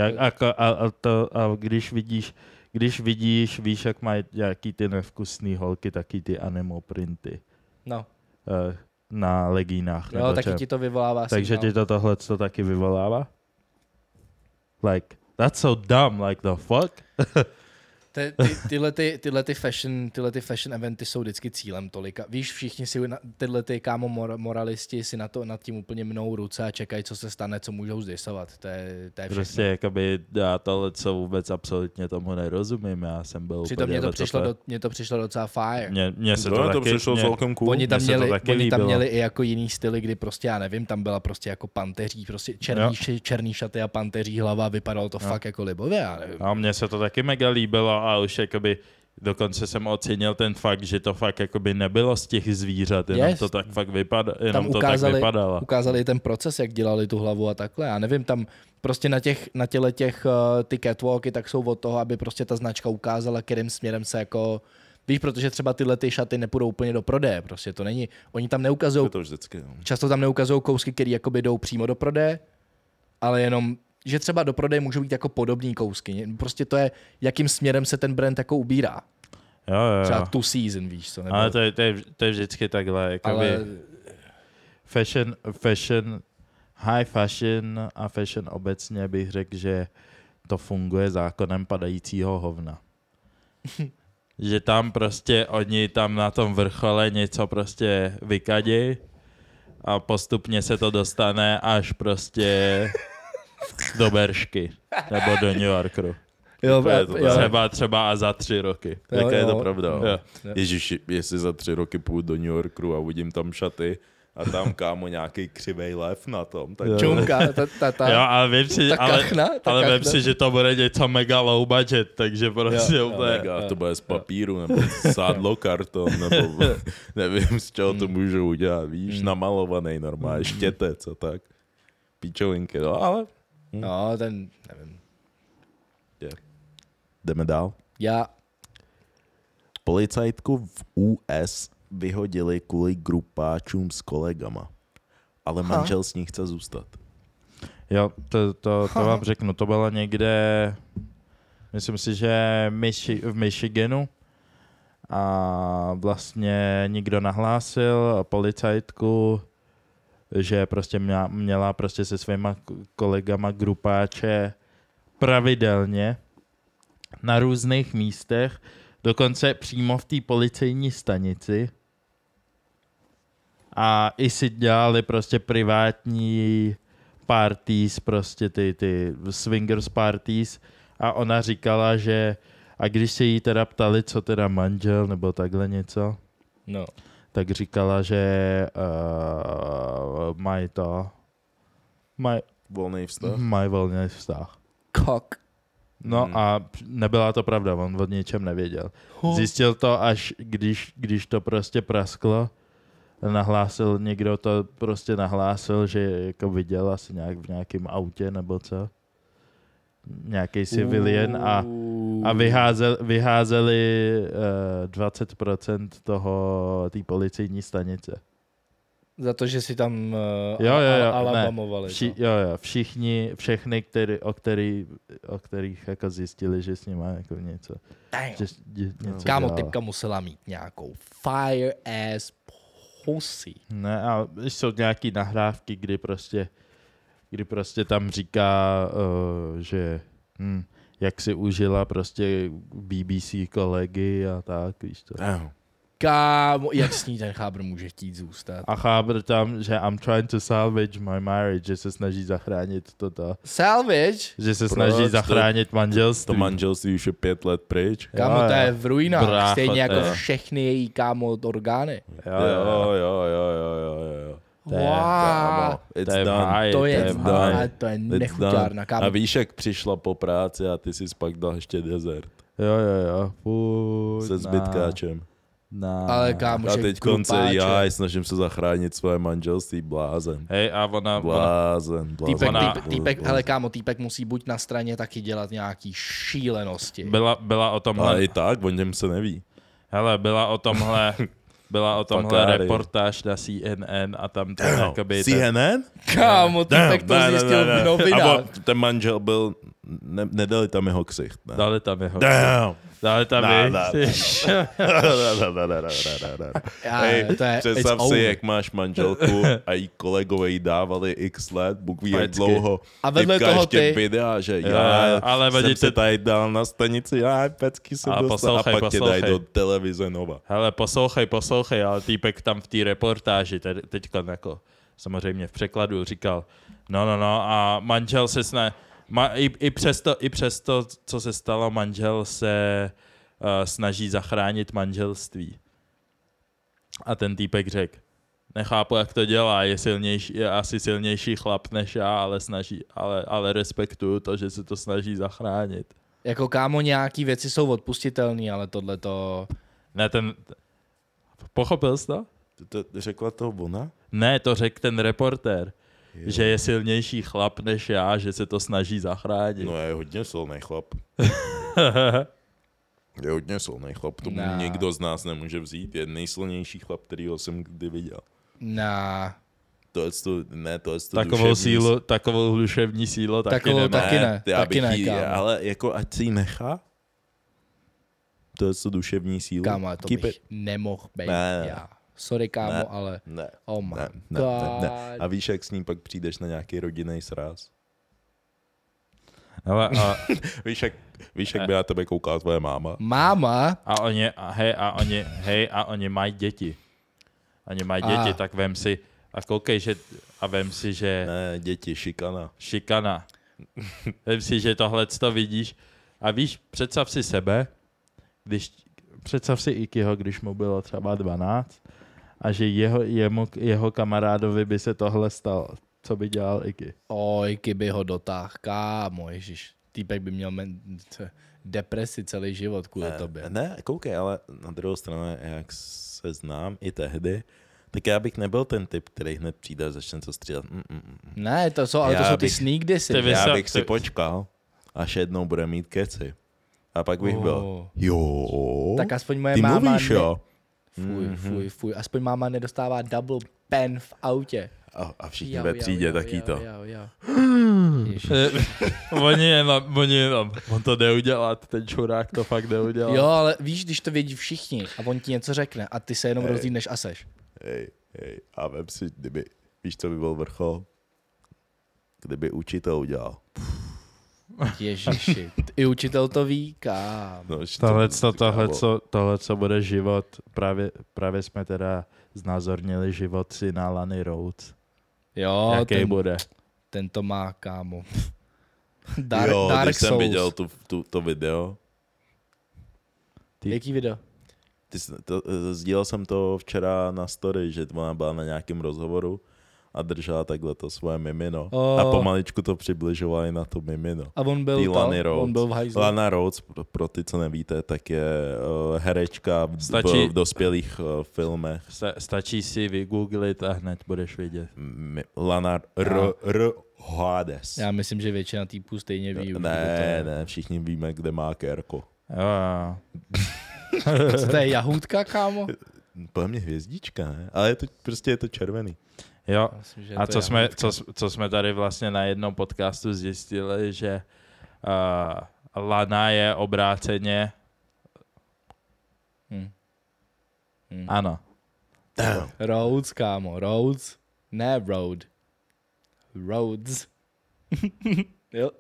S1: A když vidíš, víš, jak mají jaký ty nevkusný holky, taky ty animal printy.
S3: No.
S1: Na legínách.
S3: Jo, taky ti to vyvolává
S1: Takže
S3: signál.
S1: ti tohle taky vyvolává? Like, that's so dumb, like the fuck?
S3: Tyhle ty fashion eventy jsou vždycky cílem tolika. Víš, všichni si tyhle ty moralisti si nad tím úplně mnou ruce a čekají, co se stane, co můžou zdisovat. To je všechno.
S1: Prostě jakoby já tohle, co vůbec absolutně tomu nerozumím. Já jsem byl
S3: přitom mně to přišlo docela fire.
S1: Mně se to
S2: přišlo celkem cool.
S3: Oni tam měli i jako jiný styly, kdy prostě já nevím, tam byla prostě jako panteří, prostě černý šaty a panteří hlava, vypadalo to fakt jako libově.
S1: A mně se to taky mega líbilo a už jakoby dokonce jsem ocenil ten fakt, že to fakt jakoby nebylo z těch zvířat, jenom to tak fakt vypadalo.
S3: Ukázali ten proces, jak dělali tu hlavu a takhle. Já nevím, tam prostě na těle těch ty catwalky tak jsou od toho, aby prostě ta značka ukázala, kterým směrem se jako víš, protože třeba tyhle ty šaty nepůjdou úplně do prodeje, prostě to není, oni tam neukazují, často tam neukazují kousky, které jakoby jdou přímo do prodeje, ale jenom že třeba do prodeje můžou být jako podobný kousky. Prostě to je, jakým směrem se ten brand jako ubírá.
S1: Jo.
S3: Třeba tu season, víš co? Nebo...
S1: Ale to je vždycky takhle. Jakoby ale... Fashion, high fashion a fashion obecně bych řekl, že to funguje zákonem padajícího hovna. Že tam prostě oni tam na tom vrchole něco prostě vykadí a postupně se to dostane až prostě do Beršky nebo do New Yorku. Třeba a za 3 roky.
S2: Jaké je to pravda. Ježiši, jestli za 3 roky půjdu do New Yorku a uvidím tam šaty a tam kámo nějaký křivej lev na tom. Tak
S3: čunka,
S1: ale vím si, že to bude něco mega low budget, takže prostě
S2: mega, to bude z papíru nebo sádlo karton, nebo nevím, z čeho to můžu udělat, víš, namalovaný normálně, štětec a tak. Píčovinky, no ale...
S3: No, ten, nevím.
S2: Jdeme dál. Policajtku v US vyhodili kvůli grupáčům s kolegama, ale manžel s ní chce zůstat.
S1: Jo, to vám řeknu, to bylo někde, myslím si, že v Michiganu a vlastně někdo nahlásil policajtku, že prostě měla prostě se svýma kolegama grupáče pravidelně na různých místech, dokonce přímo v té policejní stanici. A i si dělali prostě privátní parties, prostě ty swingers parties. A ona říkala, že a když se jí teda ptali, co teda manžel nebo takhle něco,
S3: no.
S1: Tak říkala, že mají volný vztah.
S3: Kok.
S1: No a nebyla to pravda, on od ničem nevěděl. Zjistil to až když to prostě prasklo, někdo to prostě nahlásil, že jako viděl asi v nějakém autě nebo co. Nějaký civilian a vyházeli 20% té policejní stanice.
S3: Za to, že si tam alabamovali.
S1: Všechny, o kterých jako zjistili, že s nimi jako něco.
S3: Kámo, typka musela mít nějakou fire ass pussy.
S1: Ne, a jsou nějaký nahrávky, kdy prostě tam říká, že jak si užila prostě BBC kolegy a tak, víš to.
S3: Kámo, jak s ní ten chábr může chtít zůstat?
S1: A chábr tam, že I'm trying to salvage my marriage, že se snaží zachránit toto.
S3: Salvage?
S1: Že se snaží zachránit manželství.
S2: To manželství už je 5 let pryč.
S3: Kámo, to je v ruinách, stejně jako všechny její, kámo, orgány.
S2: Jo.
S3: Wow. To je nechuťárna, kámo.
S2: A víš, jak přišla po práci a ty jsi pak dal ještě dezert.
S1: Jo.
S2: Se zbytkáčem.
S3: Ale kámo,
S2: a teď konce já snažím se zachránit svoje manželství, blázen.
S1: Hej, a ona...
S2: Blázen.
S3: Týpek musí buď na straně taky dělat nějaký šílenosti.
S1: Byla o tomhle...
S2: Ale i tak, o něm se neví.
S1: Hele, byla o tomhle reportáž na CNN a tam ten jakoby...
S2: CNN?
S3: Kámo, týpek to zjistil v novinách.
S2: Ten manžel byl nedali tam jeho ksicht, ne?
S1: Dali tam jeho.
S2: Damn.
S1: Dali tam
S2: Představ si, jak máš manželku a jí kolegové jí dávali x let, Bůh ví, jak dlouho.
S3: A vedle toho ty.
S2: Videa, že já jsem se tady dal na stanici, pecky jsem dostal a pak tě dají do televize Nova.
S1: Hele, poslouchej, ale týpek tam v té reportáži, teďka jako samozřejmě v překladu říkal, no a manžel se i přesto, co se stalo, manžel se snaží zachránit manželství. A ten týpek řekl, nechápu, jak to dělá, je asi silnější chlap než já, ale respektuju to, že se to snaží zachránit.
S3: Jako kámo, nějaký věci jsou odpustitelné, ale tohle to...
S1: Ne, pochopil jsi to?
S2: To řekla to ona?
S1: Ne, to řekl ten reportér. Jo. Že je silnější chlap než já, že se to snaží zachránit.
S2: No je hodně silný chlap. Je hodně silný chlap, to nikdo z nás nemůže vzít. Je nejsilnější chlap, kterýho jsem kdy viděl. Takovou
S1: duševní sílu taky nemá.
S3: Taky ne,
S2: ale jako ať si ji nechá. To je to duševní sílu.
S3: Kámo, to bych nemohl být já. Sorry, kámo, ale...
S2: Ne.
S3: Oh my God.
S2: Ne. A víš, jak s ním pak přijdeš na nějaký rodinný sráz? Víš, jak by na tebe koukala tvoje máma?
S3: Máma?
S1: A oni mají děti. Oni mají děti, tak vem si a koukej, vem si, že...
S2: Ne, děti,
S1: Šikana. Vem si, že tohleto vidíš. A víš, představ si sebe, představ si Ikyho, když mu bylo třeba 12 a že jeho kamarádovi by se tohle stalo. Co by dělal Iky?
S3: Iky by ho dotáhl, kámo, ježiš. Týpek by měl depresi celý život kvůli tobě.
S2: Ne, koukej, ale na druhou stranu, jak se znám i tehdy, tak já bych nebyl ten typ, který hned přijde a začne to střídat.
S3: Ne, to jsou ty sneak dissy.
S2: Já bych si počkal, až jednou bude mít keci. A pak bych byl, jo.
S3: Tak aspoň moje
S2: ty
S3: máma...
S2: mluvíš, jo?
S3: Fuj. Aspoň máma nedostává double pen v autě.
S2: A všichni ve třídě taky to.
S1: Oni jenom, on to jde udělat, ten čurák to fakt jde udělat.
S3: Jo, ale víš, když to vědí všichni a on ti něco řekne a ty se jenom rozdílneš a seš.
S2: Hej, a vem si, víš, co by byl vrchol? Kdyby učitel udělal.
S3: Ježiši, i učitel to ví, kámo.
S1: Tohle, co bude život, právě jsme teda znázornili život si na Lany Rhodes.
S3: Jo,
S1: jaký bude?
S3: Ten to má, kámo.
S2: Dark Souls. Jsem viděl to video.
S3: Jaký video?
S2: Sdílel jsem to včera na story, že ona byla na nějakém rozhovoru a držela takhle to svoje mimino. A pomaličku to přibližovali na to mimino.
S3: A on byl v hajzlu.
S2: Lana Rhodes, pro ty, co nevíte, tak je herečka v dospělých filmech.
S1: Stačí si vygooglit a hned budeš vidět.
S2: Lana Rhodes.
S3: Já myslím, že většina týpů stejně ví.
S2: Ne, všichni víme, kde má kérko.
S1: Jo.
S3: Co to je jahůdka, kámo?
S2: Podle mě hvězdička, ne? Ale je to červený.
S1: Jo, a co jsme tady vlastně na jednom podcastu zjistili, že Lana je obráceně... Ano.
S3: Rhodes, kámo, Rhodes. Ne road. Rhodes. Jo.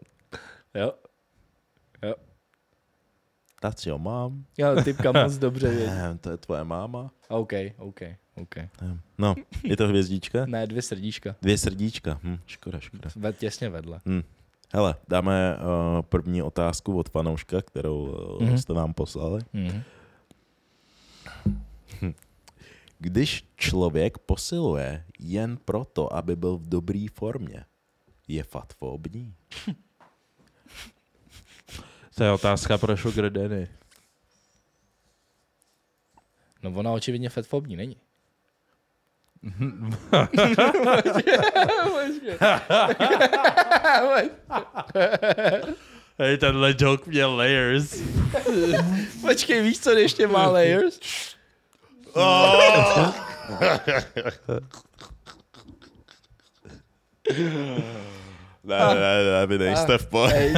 S2: That's your mom.
S3: Jo, typka moc dobře vědí.
S2: To je tvoje máma.
S3: OK.
S2: No, je to hvězdička?
S3: Ne, 2 srdíčka.
S2: 2 srdíčka, škoda.
S3: Těsně vedle.
S2: Hele, dáme první otázku od fanouška, kterou jste nám poslali. Když člověk posiluje jen proto, aby byl v dobré formě, je fatfobní?
S1: To je otázka pro Sugar Daddy.
S3: No ona očividně fatfobní není.
S1: Hej, tenhle joke měl layers.
S3: Počkej, víš, co ještě má layers?
S2: Ne, vy nejste v pohodě.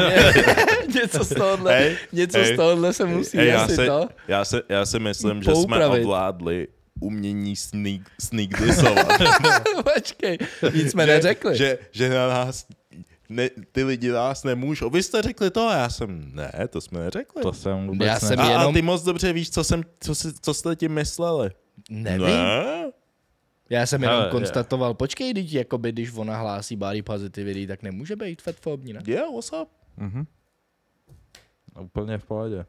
S3: Něco z tohohle se musí asi to.
S2: Já si myslím, že jsme
S3: poupravit.
S2: ovládli umění sneak dissovat.
S3: Počkej, nic jsme neřekli.
S2: Že na nás, ty lidi nás nemůžou. Vy jste řekli to a já jsem, ne, to jsme neřekli.
S1: To jsem vůbec
S3: Já jsem
S2: A
S3: jenom...
S2: ty moc dobře víš, co jste tím mysleli.
S3: Nevím.
S2: Ne?
S3: Já jsem jenom
S1: Ale,
S3: konstatoval, počkej, když ona hlásí body positivity, tak nemůže být fatfobní, ne?
S2: Yeah, what's up?
S1: Mhm. Úplně v pohodě.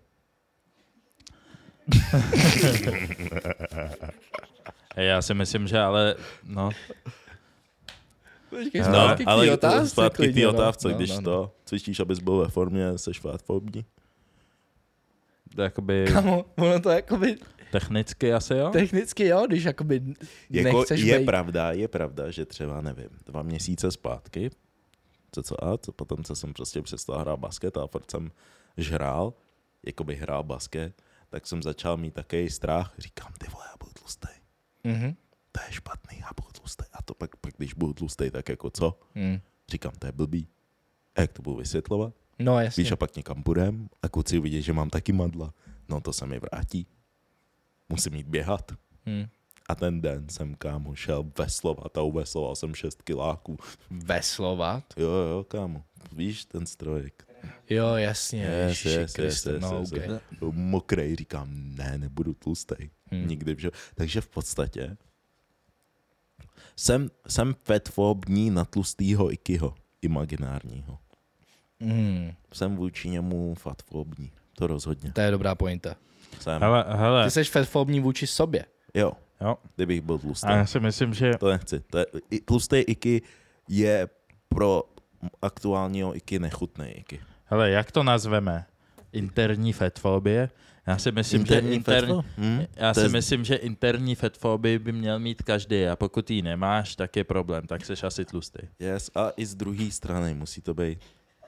S1: Já si myslím, že ale, no,
S3: Počkej,
S1: No,
S3: zpátky
S2: Ale
S3: k té otázce.
S2: zpátky k té
S3: klidně,
S2: otázce,
S3: no.
S2: když
S3: No.
S2: to cvičíš, abys byl ve formě, jsi fatfobní.
S1: jakoby
S3: Kamo, ono to jakoby
S1: technicky asi jo?
S3: technicky jo, když jakoby
S2: Jako
S3: nechceš
S2: je
S3: být.
S2: pravda, že třeba, nevím, 2 měsíce zpátky, potom, co jsem prostě přestal hrát basket a furt jsem žral, jakoby hrál basket, tak jsem začal mít takový strach, říkám, ty vole, já budu tlustý.
S3: Mhm.
S2: To je špatný, já budu tlustý. A to pak když budu tlustý, tak jako co? Říkám, to je blbý. A jak to budu vysvětlovat?
S3: No jasně.
S2: Víš, a pak někam půjdem a kluci uvidí, že mám taky madla. No to se mi vrátí. Musím jít běhat. A ten den jsem, kámo, šel veslovat a uvesloval jsem 6 kiláků.
S3: Veslovat?
S2: Jo, kámo. Víš, ten strojek.
S3: Jo, jasně.
S2: Yes.
S3: No, okay.
S2: Mokrej, říkám, ne, nebudu tlustej. Nikdy, že? Takže v podstatě jsem fatfobní na tlustýho Ikiho, imaginárního. Jsem vůči němu fatfobní, to rozhodně.
S3: To je dobrá pointa.
S2: Jsem.
S1: Hele,
S3: Ty jsi fatfobní vůči sobě.
S2: Jo,
S1: jo.
S2: kdybych byl tlustý.
S1: A já si myslím, že
S2: To nechci. Tlustý Iki je pro aktuálního Iki nechutný Iki.
S1: hele, jak to nazveme? Interní fatfobie? Já si myslím, že interní fatfobii by měl mít každý a pokud ji nemáš, tak je problém, tak seš asi tlustý.
S2: Yes, a i z druhé strany musí to být.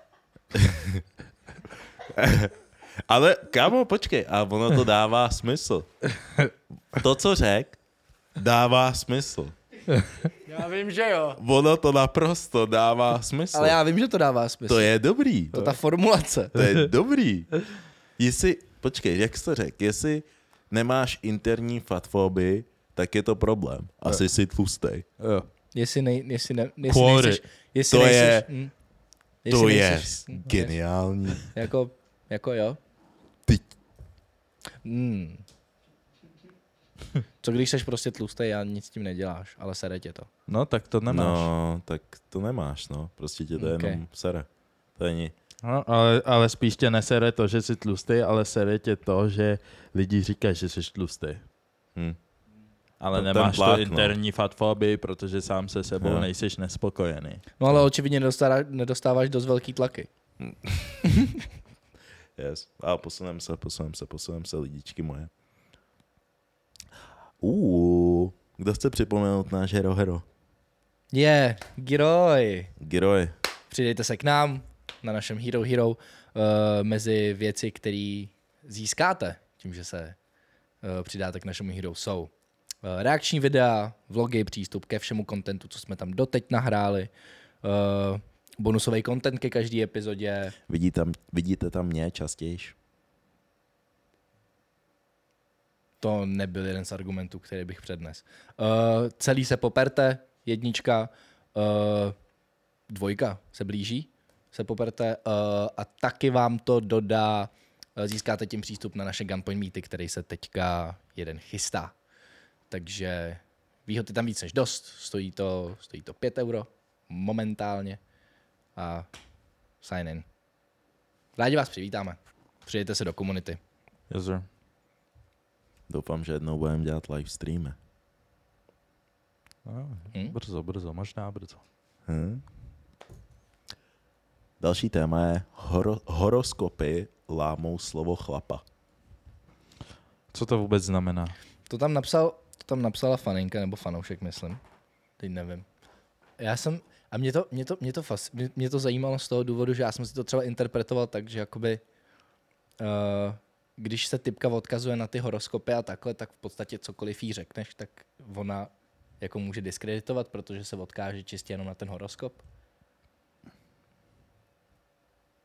S2: Ale kámo, počkej, a ono to dává smysl. To, co řek, dává smysl.
S3: Já vím, že jo.
S2: Ono to naprosto dává smysl.
S3: Ale já vím, že to dává smysl.
S2: To je dobrý.
S3: To ta formulace.
S2: To je dobrý. Počkej, jak jsi to řekl, jestli nemáš interní fatfobii, tak je to problém. Asi jsi tlustej.
S1: Jo.
S3: Jestli nejseš...
S2: To je geniální.
S3: Jako jo.
S2: Ty.
S3: Co když seš prostě tlustej a nic s tím neděláš, ale sere tě to.
S1: No, tak to nemáš.
S2: No, tak to nemáš, no. Prostě tě to jenom sere. To není.
S1: No, ale spíš tě nesere to, že jsi tlustý, ale sere tě to, že lidi říkají, že jsi tlustý. Ale
S2: Ten
S1: nemáš
S2: tlak,
S1: to interní fatfobii, protože sám se sebou nejseš nespokojený.
S3: No ale očividně nedostáváš dost velký tlaky.
S2: Yes. A posunem se, lidičky moje. Kdo chce připomenout náš hero? Giroj.
S3: Přidejte se k nám na našem Hero. Mezi věci, které získáte tím, že se přidáte k našemu Hero, jsou reakční videa, vlogy, přístup ke všemu kontentu, co jsme tam doteď nahráli, bonusový content ke každé epizodě.
S2: Vidíte tam mě častějiš?
S3: To nebyl jeden z argumentů, který bych přednes. Celý se poperte, 1, 2 se blíží, se poperte a taky vám to dodá, získáte tím přístup na naše Gunpoint Meety, který se teďka jeden chystá. Takže výhod je tam víc než dost, stojí to 5 € momentálně a sign in. Rádi vás přivítáme, přijďte se do komunity.
S1: Yes, sir.
S2: Doufám, že jednou budeme dělat live streamy.
S1: Brzo, možná brzo.
S2: Další téma je horoskopy lámou slovo chlapa.
S1: Co to vůbec znamená?
S3: To tam napsala faninka nebo fanoušek, myslím. Teď nevím. Mě to zajímalo z toho důvodu, že já jsem si to třeba interpretoval tak, že jakoby když se typka odkazuje na ty horoskopy a takhle, tak v podstatě cokoliv jí řekneš, tak ona jako může diskreditovat, protože se odkáže čistě jenom na ten horoskop.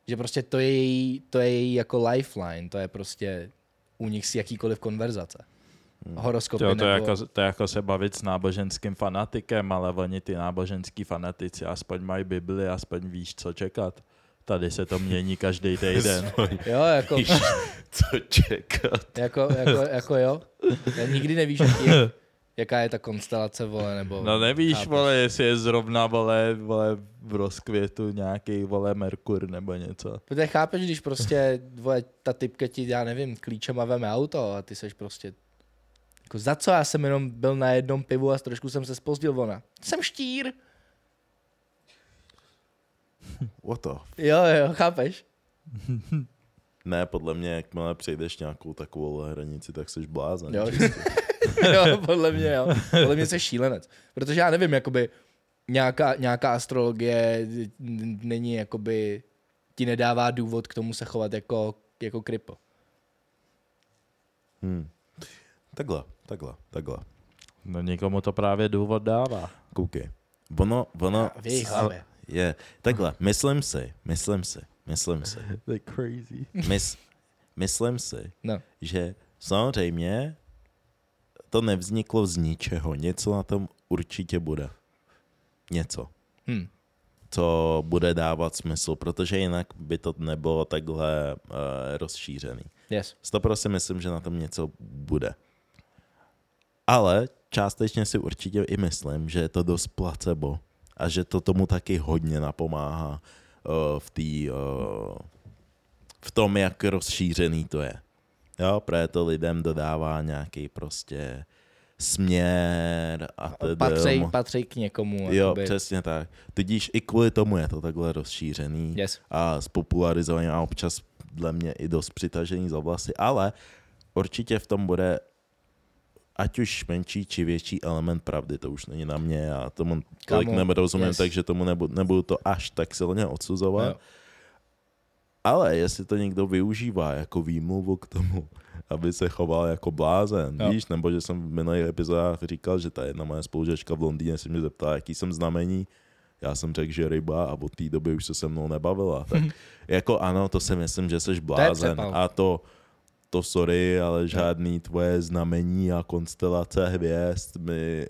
S3: Že prostě to je její jako lifeline, to je prostě únik z jakýkoliv konverzace. Horoskopy
S1: Jo,
S3: nebo...
S1: to je jako se bavit s náboženským fanatikem, ale oni ty náboženský fanatici aspoň mají Bibli, aspoň víš, co čekat. Tady se to mění každý týden.
S3: Jo, jako...
S2: Co čekat?
S3: jako jo. Já nikdy nevíš, jaká je ta konstelace, vole, nebo...
S1: No nevíš,
S3: chápeš.
S1: vole, jestli je zrovna, vole, v rozkvětu nějaký, vole, Merkur nebo něco.
S3: Protože chápeš, když prostě, vole, ta typka ti, já nevím, klíčem a veme auto a ty seš prostě... Jako za co? Já jsem jenom byl na jednom pivu a trošku jsem se zpozdil, ona. Jsem štír.
S2: What the
S3: Jo, chápeš?
S2: Ne, podle mě, jakmile přejdeš nějakou takovou hranici, tak jsi blázen.
S3: Jo, jo, podle mě, jo. Podle mě jsi šílenec. Protože já nevím, jakoby nějaká astrologie není, jakoby, ti nedává důvod k tomu se chovat jako krypo.
S2: Takhle.
S1: No nikomu to právě důvod dává.
S2: Koukej. Ono
S3: V jejich hlavě.
S2: je, takhle, myslím si,
S1: To je crazy.
S2: myslím si,
S3: No.
S2: že samozřejmě to nevzniklo z ničeho. Něco na tom určitě bude. Něco. Co bude dávat smysl, protože jinak by to nebylo takhle rozšířený.
S3: Yes.
S2: 100% myslím, že na tom něco bude. Ale částečně si určitě i myslím, že je to dost placebo a že to tomu taky hodně napomáhá v tom, jak rozšířený to je. Jo, protože to lidem dodává nějaký prostě směr a tedy.
S3: Patří k někomu.
S2: Jo,
S3: jakoby.
S2: přesně tak. Tudíž i kvůli tomu je to takhle rozšířený
S3: Yes.
S2: a spopularizovaný a občas dle mě i dost přitažený za vlasy, ale určitě v tom bude ať už menší či větší element pravdy, to už není na mě, já tomu tolik nerozumím, takže tomu nebudu to až tak silně odsuzovat.
S3: Jo.
S2: Ale jestli to někdo využívá jako výmluvu k tomu, aby se choval jako blázen, víš, nebo že jsem v minulých epizodách říkal, že ta jedna moje spolužačka v Londýně se mě zeptala, jaký jsem znamení, já jsem řekl, že ryba a od té doby už se mnou nebavila. Tak jako ano, to si myslím, že jsi blázen a to sorry, ale žádný tvoje znamení a konstelace hvězd mi...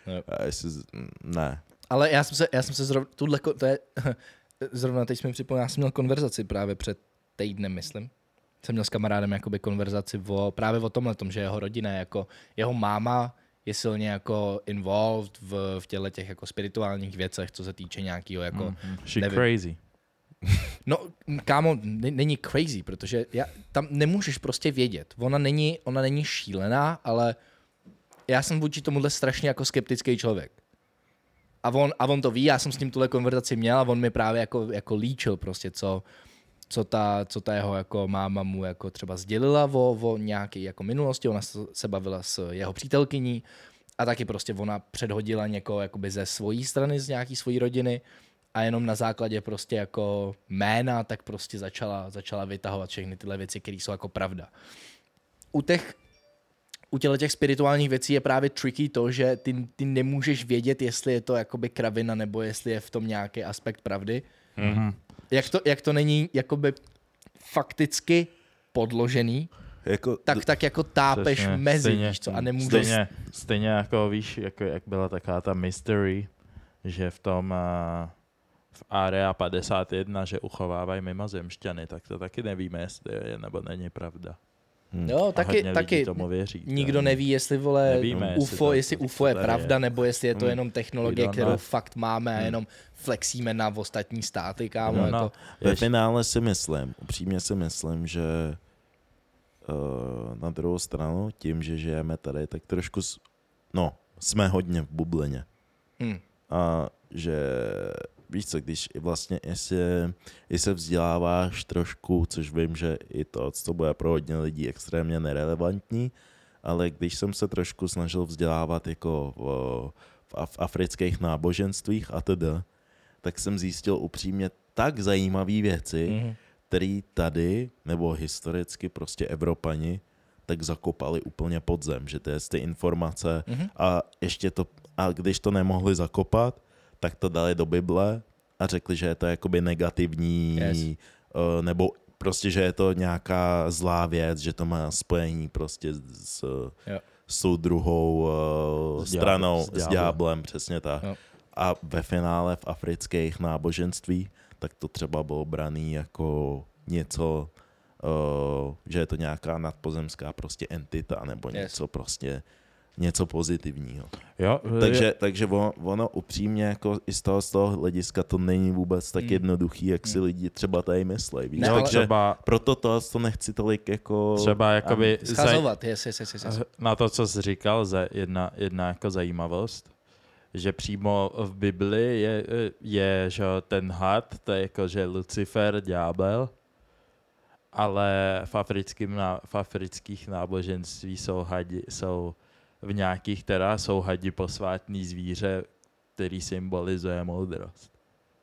S2: Ne.
S3: Ale já jsem se zrovna teď jsme připomněl, já jsem měl konverzaci právě před týdnem, myslím. Jsem měl s kamarádem jakoby konverzaci právě o tomhletom, že jeho rodina, jako jeho máma je silně jako involved v těch jako spirituálních věcech, co se týče nějakého jako...
S1: She crazy.
S3: No, kámo, není crazy, protože tam nemůžeš prostě vědět. Ona není šílená, ale já jsem vůči tomuhle strašně jako skeptický člověk. A on to ví, já jsem s ním tuhle konverzaci měl a on mi právě jako líčil prostě, co ta jeho jako máma mu jako třeba sdělila o nějaké jako minulosti, ona se bavila s jeho přítelkyní a taky prostě ona předhodila někoho jakoby ze svojí strany, z nějaký svojí rodiny a jenom na základě prostě jako jména tak prostě začala vytahovat všechny tyhle věci, které jsou jako pravda. U těch spirituálních věcí je právě tricky to, že ty nemůžeš vědět, jestli je to jakoby kravina nebo jestli je v tom nějaký aspekt pravdy.
S1: Mm-hmm.
S3: Jak to není jakoby fakticky podložený,
S2: Jako,
S3: tak jako tápeš
S1: Přesně,
S3: mezi, víš co, a nemůžeš...
S1: Stejně jako víš, jako jak byla taková ta mystery, že v tom v Area 51, že uchovávají mimozemšťany, tak to taky nevíme, jestli je nebo není pravda.
S3: Jo, taky
S1: tomu věří.
S3: nikdo neví, jestli
S1: Nevíme,
S3: jestli UFO je pravda, nebo jestli je to jenom technologie, kterou fakt máme a jenom flexíme na ostatní státy, kámo. Jako.
S2: Ve finále upřímně si myslím, že na druhou stranu, tím, že žijeme tady, tak trošku, jsme hodně v bublině. A že víš co, když vlastně i se vzděláváš trošku, což vím, že i to, co bude pro hodně lidí extrémně nerelevantní, ale když jsem se trošku snažil vzdělávat jako v afrických náboženstvích a teda, tak jsem zjistil upřímně tak zajímavé věci, které tady, nebo historicky prostě Evropani, tak zakopali úplně pod zem, že to je ty informace a když to nemohli zakopat, tak to dali do Bible a řekli, že je to jakoby negativní nebo prostě, že je to nějaká zlá věc, že to má spojení prostě s tou druhou stranou, s ďáblem, přesně tak.
S3: Jo.
S2: A ve finále v afrických náboženství, tak to třeba bylo braný jako něco, že je to nějaká nadpozemská prostě entita, nebo něco prostě, něco pozitivního.
S1: Jo,
S2: Takže ono upřímně jako i z toho hlediska to není vůbec tak jednoduchý, jak si lidi třeba tady myslejí. Víš?
S3: Ne, ale
S2: Takže
S1: třeba,
S2: proto to nechci tolik jako...
S1: třeba jakoby
S3: schazovat, yes.
S1: na to, co jsi říkal, jedna jako zajímavost, že přímo v Bibli je že ten had, to je jako, že Lucifer, ďábel, ale v afrických náboženství jsou v nějakých jsou hadi posvátný zvíře, který symbolizuje moudrost.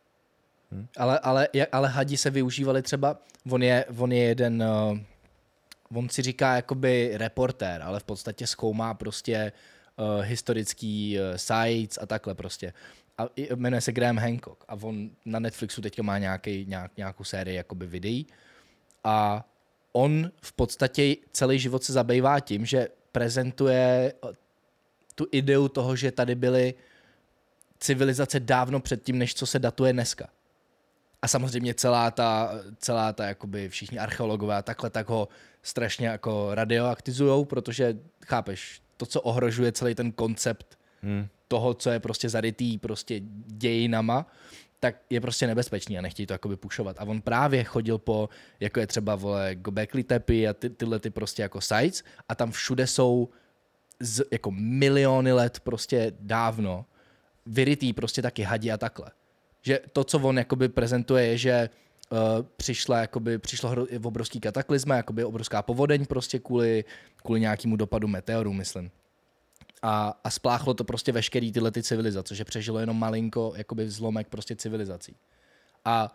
S3: Ale hadi se využívali třeba, on je jeden, on si říká jakoby reportér, ale v podstatě zkoumá prostě historický sites a takhle prostě. A jmenuje se Graham Hancock a on na Netflixu teďka má nějakou sérii jakoby videí a on v podstatě celý život se zabývá tím, že prezentuje tu ideu toho, že tady byly civilizace dávno předtím, než co se datuje dneska. A samozřejmě celá ta jakoby všichni archeologové a takhle tak ho strašně jako radioaktizujou, protože chápeš, to, co ohrožuje celý ten koncept toho, co je prostě zarytý prostě dějinama, tak je prostě nebezpečný a nechtějí to jakoby pušovat. A on právě chodil po, jako je třeba Göbekli Tepe a tyhle ty prostě jako sites a tam všude jsou jako miliony let prostě dávno vyrytý prostě taky hadi a takhle. Že to, co on jakoby prezentuje, je, že přišlo obrovský kataklizma, jakoby obrovská povodeň prostě kvůli nějakému dopadu meteoru, myslím. A spláchlo to prostě veškerý tyhle ty civilizace, že přežilo jenom malinko jakoby zlomek prostě civilizací. A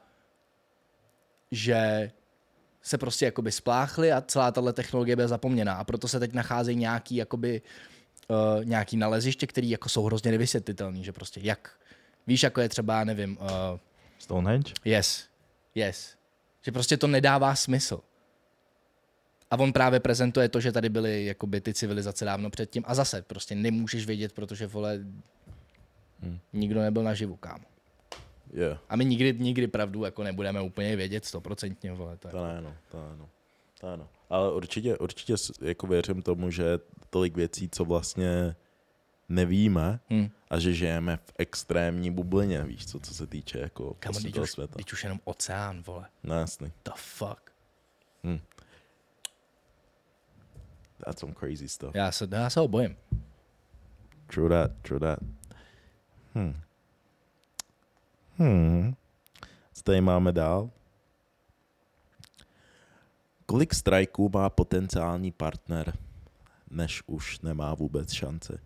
S3: že se prostě jakoby spláchly a celá tahle technologie byla zapomněná. A proto se teď nacházejí nějaký naleziště, které jako jsou hrozně nevysvětlitelný, že prostě jak, víš, jako je třeba, nevím...
S1: Stonehenge?
S3: Yes. Že prostě to nedává smysl. A on právě prezentuje to, že tady byly jakoby ty civilizace dávno předtím a zase prostě nemůžeš vědět, protože vole nikdo nebyl naživu, kámo.
S2: Yeah.
S3: A my nikdy pravdu jako nebudeme úplně vědět 100%, vole.
S2: To ano. Ale určitě jako věřím tomu, že tolik věcí, co vlastně nevíme a že žijeme v extrémní bublině, víš co se týče jako toho světa.
S3: Teď už jenom oceán, vole.
S2: No jasný.
S3: The fuck.
S2: That's some crazy stuff.
S3: Já se ho bojím.
S2: True that. Co tady máme dál? Kolik strajků má potenciální partner, než už nemá vůbec šanci?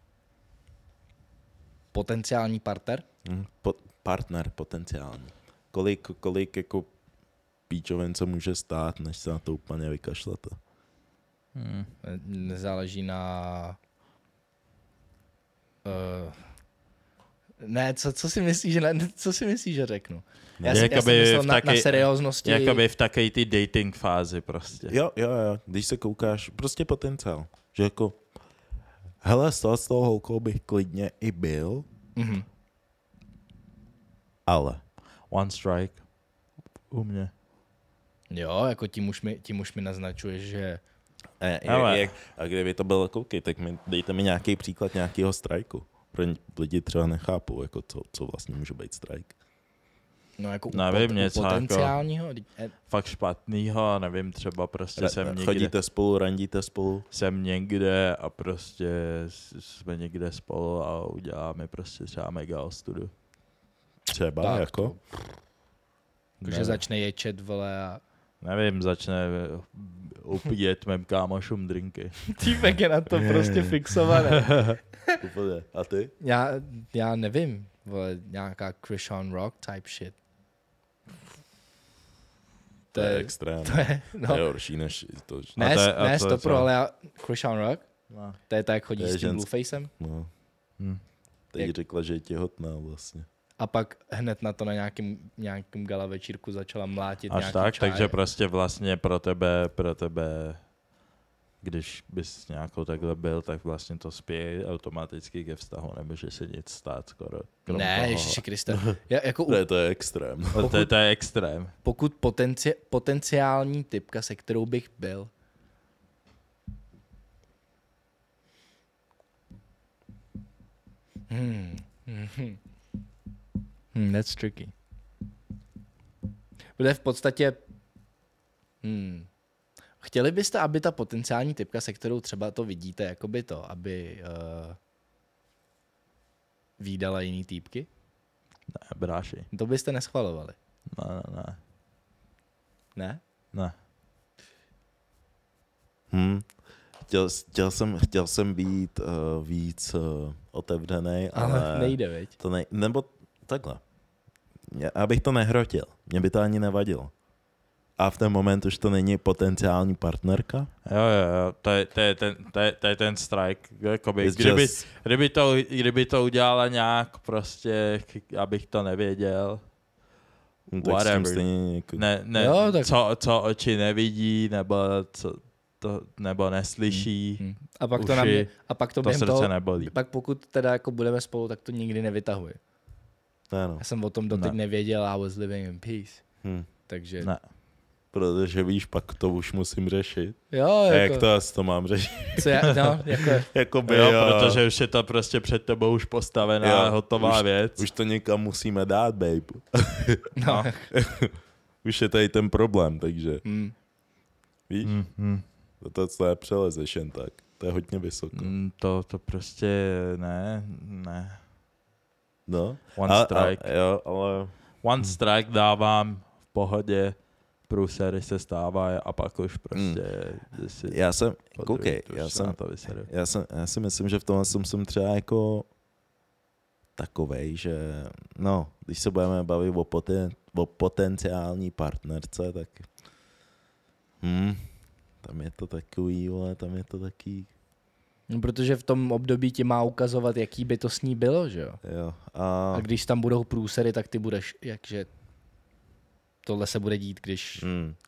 S3: Potenciální partner?
S2: Partner potenciální. Kolik jako píčovin se může stát, než se na to úplně vykašlete?
S3: Nezáleží na... Ne, co si myslíš, že řeknu? Já jsem myslel na serióznosti.
S1: Jakoby v takové ty dating fázi prostě.
S2: Jo. Když se koukáš, prostě potenciál. Že jako, hele, z toho holkou bych klidně i byl, ale.
S1: One strike. U mě.
S3: Jo, jako tím už mi naznačuješ, že...
S2: A kdyby to bylo kouky, tak dejte mi nějaký příklad nějakého strajku. Pro lidi třeba nechápou, jako co vlastně může být strike.
S3: No jako
S1: něco
S3: potenciálního?
S1: Jako fakt špatnýho, nevím, třeba prostě jsem někde...
S2: Chodíte spolu, randíte spolu?
S1: Jsem někde a prostě jsme někde spolu a uděláme prostě třeba mega ostudu.
S2: Třeba,
S3: tak,
S2: jako?
S3: Že začne ječet, vole, a...
S1: Nevím, začne upíjet mým kámošům drinky.
S3: Týpek je na to prostě fixovaný.
S2: A ty?
S3: Já nevím, vole, nějaká Christian Rock type shit.
S2: To je extrém.
S3: No.
S2: To je horší než to.
S3: Ne, stopro, ale Christian Rock?
S1: No.
S3: To je tak, jak chodí s tím Bluefacem?
S2: No. Teď řekla, že je těhotná vlastně.
S3: a pak hned na to na nějakým gala večírku začala mlátit
S1: Až
S3: nějaký
S1: tak,
S3: čaj.
S1: takže prostě vlastně pro tebe, když bys nějakou takhle byl, tak vlastně to spěje automaticky ke vztahu, nemůže se nic stát skoro.
S3: Ne, Ježiši Kriste. Jako
S2: To je extrém.
S1: To je extrém.
S3: pokud potenciální typka, se kterou bych byl, that's tricky. Bude v podstatě... Chtěli byste, aby ta potenciální typka, se kterou třeba to vidíte, jakoby to, aby vídala jiný týpky?
S1: Ne, bráši.
S3: To byste neschvalovali.
S1: Ne.
S3: Ne?
S1: Ne.
S2: Chtěl jsem být víc otevřený, ale
S3: nejde, veď?
S2: Nebo takhle. Já bych to nehrotil. Mě by to ani nevadilo. A v ten moment už to není potenciální partnerka?
S1: Jo. To je ten strike. Jakoby, kdyby to udělala nějak prostě, abych to nevěděl. Whatever. Ne,
S3: jo, tak...
S1: co oči nevidí, nebo neslyší.
S3: A pak
S1: uši,
S3: to na mě, a pak to během
S1: srdce
S3: toho,
S1: nebolí.
S3: Pak pokud teda jako budeme spolu, tak to nikdy nevytahuje.
S2: Ne, no.
S3: Já jsem o tom doteď nevěděl, I was living in peace. Takže...
S1: Ne.
S2: Protože víš, pak to už musím řešit.
S3: Jo,
S2: A
S3: jako...
S2: jak to asi to mám řešit?
S3: Jako...
S1: Jo, protože už je to prostě před tebou už postavená, hotová věc.
S2: Už to někam musíme dát, babe.
S3: No.
S2: Už je tady ten problém, takže... Víš? To je přelezeš jen tak. To je hodně vysoko.
S1: To prostě ne.
S2: No.
S1: One strike.
S2: Jo, ale...
S1: One strike dávám v pohodě, průsery se stávají a pak už prostě...
S2: Já si myslím, že v tomhle jsem třeba jako takovej, že no, když se budeme bavit o potenciální partnerce, tak tam je to takový, ale tam je to taky...
S3: No, protože v tom období ti má ukazovat, jaký by to s ní bylo, že jo?
S2: Jo.
S3: A když tam budou průsery, tak ty budeš, jakže tohle se bude dít, když...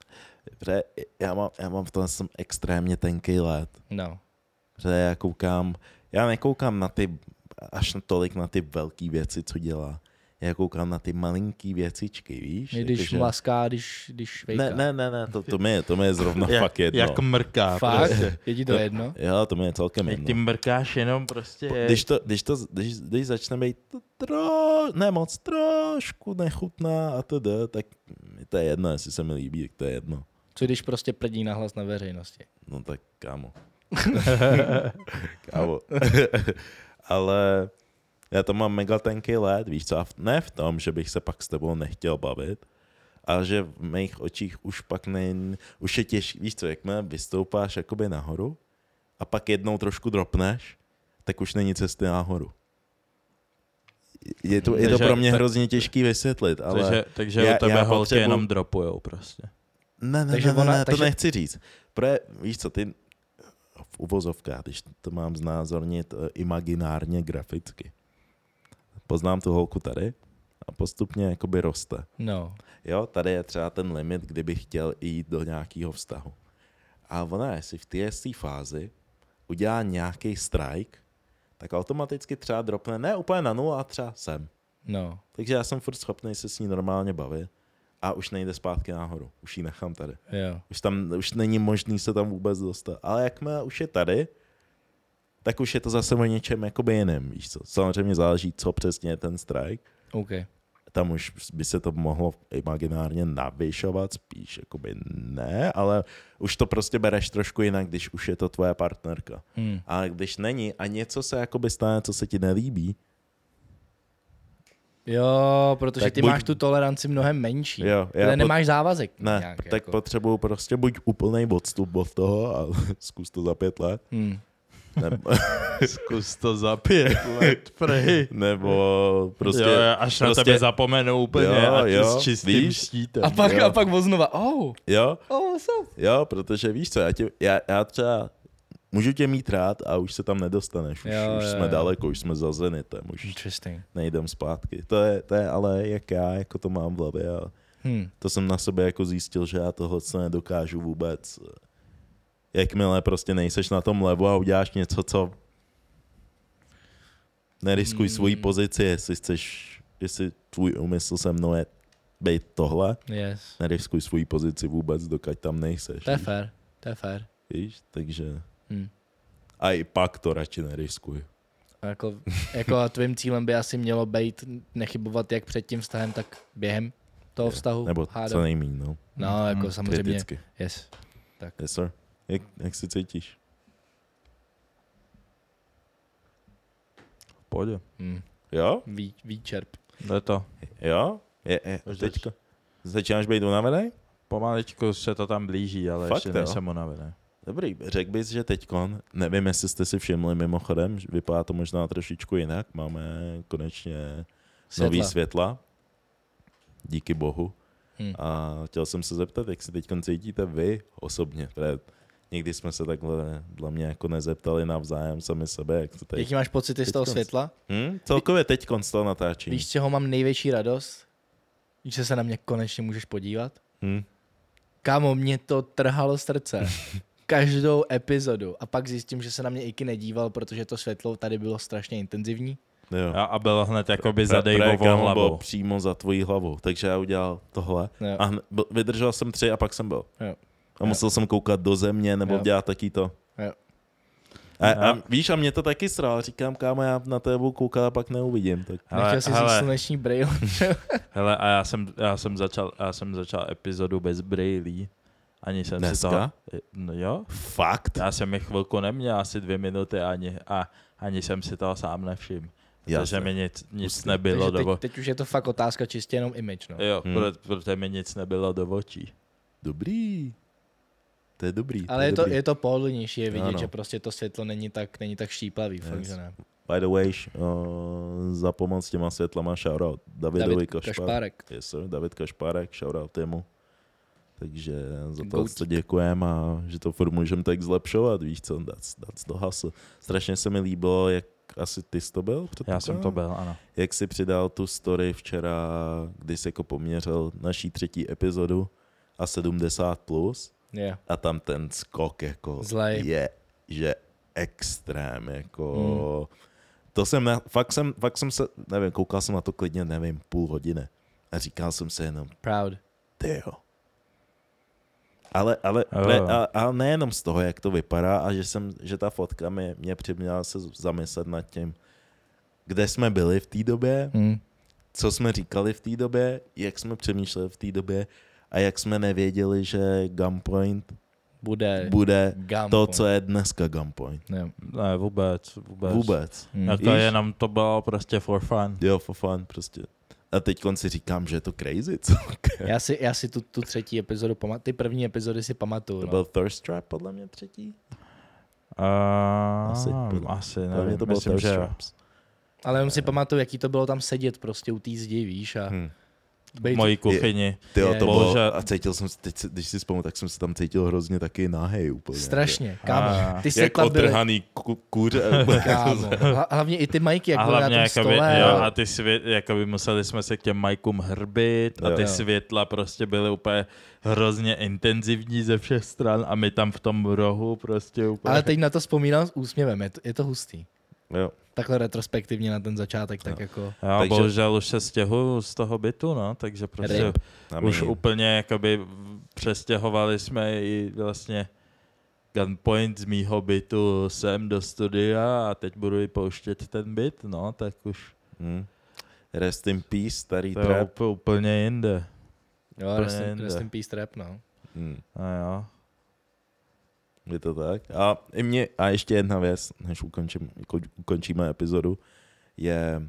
S2: Já mám v tom jsem extrémně tenký led.
S3: No.
S2: Protože já nekoukám na ty, až tolik na ty velký věci, co dělá. Já koukám na ty malinký věcičky, víš?
S3: Když mlaská, když švejká.
S2: Ne, to mi je zrovna fakt jedno.
S1: Jak mrká.
S3: Fakt?
S1: Prostě.
S3: Je ti to jedno?
S2: Jo, to mi je celkem jedno.
S1: Ty mrkáš jenom prostě...
S2: Když začne být moc trošku nechutná a tedy, tak to je jedno, jestli se mi líbí, tak to je jedno.
S3: Co když prostě prdí nahlas na veřejnosti?
S2: No tak kámo. Ale já to mám mega tenký led, víš co, a ne v tom, že bych se pak s tebou nechtěl bavit, ale že v mých očích už pak už je těžké, víš co, jakmile vystoupáš jakoby nahoru a pak jednou trošku dropneš, tak už není cesty nahoru. Je to pro mě hrozně těžký vysvětlit, ale...
S1: Takže u tebe holky jenom dropujou prostě.
S2: Ne, to nechci říct. Víš co, ty v uvozovkách, když to mám znázornit imaginárně graficky. Poznám tu holku tady a postupně jakoby roste.
S3: No.
S2: Jo, tady je třeba ten limit, kdyby chtěl jít do nějakého vztahu. A ona, jestli v té fázi udělá nějaký strike, tak automaticky třeba dropne, ne úplně na 0 a třeba sem.
S3: No.
S2: Takže já jsem furt schopný se s ní normálně bavit a už nejde zpátky nahoru. Už ji nechám tady.
S3: Jo.
S2: Už není možný se tam vůbec dostat. Ale jakmile už je tady, tak už je to zase o něčem jakoby jiném, víš co. Samozřejmě záleží, co přesně je ten strike.
S3: Okay.
S2: Tam už by se to mohlo imaginárně navyšovat, spíš jakoby ne, ale už to prostě bereš trošku jinak, když už je to tvoje partnerka. A když není a něco se jakoby stane, co se ti nelíbí.
S3: Jo, protože ty máš tu toleranci mnohem menší.
S2: Jo,
S3: nemáš závazek.
S2: Ne,
S3: nějak,
S2: tak
S3: jako.
S2: potřebuju prostě buď úplnej odstup od toho a zkus to za 5 let.
S1: Zkus to za 5 let, prej.
S2: Nebo prostě...
S1: Jo, až na tebe zapomenou úplně s čistým štítem.
S3: A pak znova,
S2: Jo?
S3: what's up?
S2: Jo, protože víš co, já třeba můžu tě mít rád a už se tam nedostaneš. Už jsme
S3: jo.
S2: daleko, už jsme za Zenitem, už
S3: Interesting.
S2: nejdem zpátky. To je ale jak já jako to mám v hlavě a to jsem na sebe jako zjistil, že já tohle se nedokážu vůbec. Jakmile prostě nejseš na tom levu a uděláš něco, co neriskuj svoji pozici, jestli tvůj úmysl se mnou je být tohle,
S3: Yes.
S2: neriskuj svoji pozici vůbec, dokud tam nejseš.
S3: To je fair.
S2: Víš, takže a i pak to radši neriskuj.
S3: Jako tvým cílem by asi mělo být nechybovat jak před tím vztahem, tak během toho vztahu.
S2: Nebo co nejmíň, no.
S3: No, jako samozřejmě.
S2: Kriticky.
S3: Yes. Tak.
S2: Yes, sir. Jak se cítíš?
S1: V pohodě.
S2: Jo?
S3: Výčerp.
S1: Jde to.
S2: Jo? Teďko. Začínáš být unavený?
S1: Pomaličku se to tam blíží, ale
S2: Fakt,
S1: ještě
S2: jo?
S1: nejsem unavený.
S2: Dobrý, řekl bys, že teďkon, nevím, jestli jste si všimli mimochodem, že vypadá to možná trošičku jinak, máme konečně nový světla, díky bohu. A chtěl jsem se zeptat, jak se teďkon cítíte vy osobně, protože nikdy jsme se takhle dla mě jako nezeptali navzájem sami sebe, jak to teď.
S3: Jaký máš pocity z toho světla?
S2: Celkově teďkon z toho natáčení.
S3: Víš, z čeho mám největší radost? Víš, že se na mě konečně můžeš podívat? Kámo, mě to trhalo srdce. Každou epizodu. A pak zjistím, že se na mě Iky nedíval, protože to světlo tady bylo strašně intenzivní.
S2: Jo.
S1: A bylo hned jakoby za Daveovou hlavou.
S2: Přímo za tvojí hlavou. Takže já udělal tohle.
S3: Jo.
S2: A vydržel jsem 3 a pak jsem byl.
S3: Jo.
S2: A musel jsem koukat do země nebo dělat taky to.
S3: Jo.
S2: A víš, a mě to taky sral. Říkám, kámo, já na tebe budu koukat a pak neuvidím. Tak.
S3: Nechtěl jsi říct sluneční brýle.
S1: Hele, a já jsem začal epizodu bez brýlí. Ani jsem
S2: Dneska?
S1: si toho... No jo.
S2: Fakt?
S1: Já jsem je chvilku neměl, asi 2 minuty ani jsem si toho sám nevšiml. Protože mi nic nebylo do očí.
S3: Teď už je to fakt otázka čistě jenom image, no.
S1: Jo, protože mi nic nebylo do očí.
S2: Dobrý. To je dobrý.
S3: Ale je to pohodlnější je vidět,
S2: ano.
S3: že prostě to světlo není tak štíplavý. Yes. Fakt, že ne.
S2: By the way, za pomoc těma světlama shoutout Davidovi Kašpárek. Yes, sir, David Kašpárek, shoutout tému. Takže za to děkujeme a že to furt můžeme tak zlepšovat, víš co, that's the hustle. Strašně se mi líbilo, jak asi ty jsi to byl?
S1: Já jsem to byl, ano.
S2: Jak jsi přidal tu story včera, kdy jsi jako poměřil naší 3. epizodu a 70+.
S3: Yeah.
S2: A tam ten skok jako
S3: Zlej.
S2: je, že extrém, jako to jsem, fakt jsem se, nevím, koukal jsem na to klidně, nevím, půl hodiny a říkal jsem si jenom,
S3: proud.
S2: Tyjo. Ale nejenom z toho, jak to vypadá a že ta fotka mě přiměla se zamyslet nad tím, kde jsme byli v té době, co jsme říkali v té době, jak jsme přemýšleli v té době a jak jsme nevěděli, že Gunpoint bude to, co je dneska Gunpoint.
S3: Ne,
S2: Vůbec.
S1: Jako jenom to bylo prostě for fun.
S2: Jo, for fun, prostě. A teď si říkám, že je to crazy, co?
S3: Já si tu 3. epizodu pamatuju, ty první epizody si pamatuju.
S2: To byl Thirst Trap, podle mě 3.
S1: Asi nevím,
S2: to byl
S1: myslím,
S2: Thirst
S1: že
S2: Traps.
S3: Ale jenom si pamatuju, jaký to bylo tam sedět prostě u té zdi, víš, a
S1: v mojí kuchyni.
S2: Tyjo, to bylo, a cítil jsem se, teď, když si vzpomínám, tak jsem se tam cítil hrozně taky nahej úplně.
S3: Strašně, kámo. Ty
S2: jak otrhaný kuře.
S3: Kámo. Hlavně i ty majky, jak byly na tom stole.
S1: Jo, a ty jakoby museli jsme se k těm majkům hrbit a ty světla prostě byly úplně hrozně intenzivní ze všech stran a my tam v tom rohu prostě úplně...
S3: Ale teď na to vzpomínám s úsměvem, je to hustý.
S2: Jo.
S3: Takhle retrospektivně na ten začátek, tak jako...
S1: Jo, takže... bohužel už se stěhuju z toho bytu, no, takže prostě už úplně jakoby přestěhovali jsme i vlastně Gunpoint z mýho bytu sem do studia a teď budu i pouštět ten byt, no, tak už...
S2: Rest in peace, starý
S1: to
S2: trap.
S1: To je úplně jinde.
S3: Jo, rest in peace trap, no.
S1: A jo.
S2: Je to tak. A ještě jedna věc, než ukončíme epizodu, je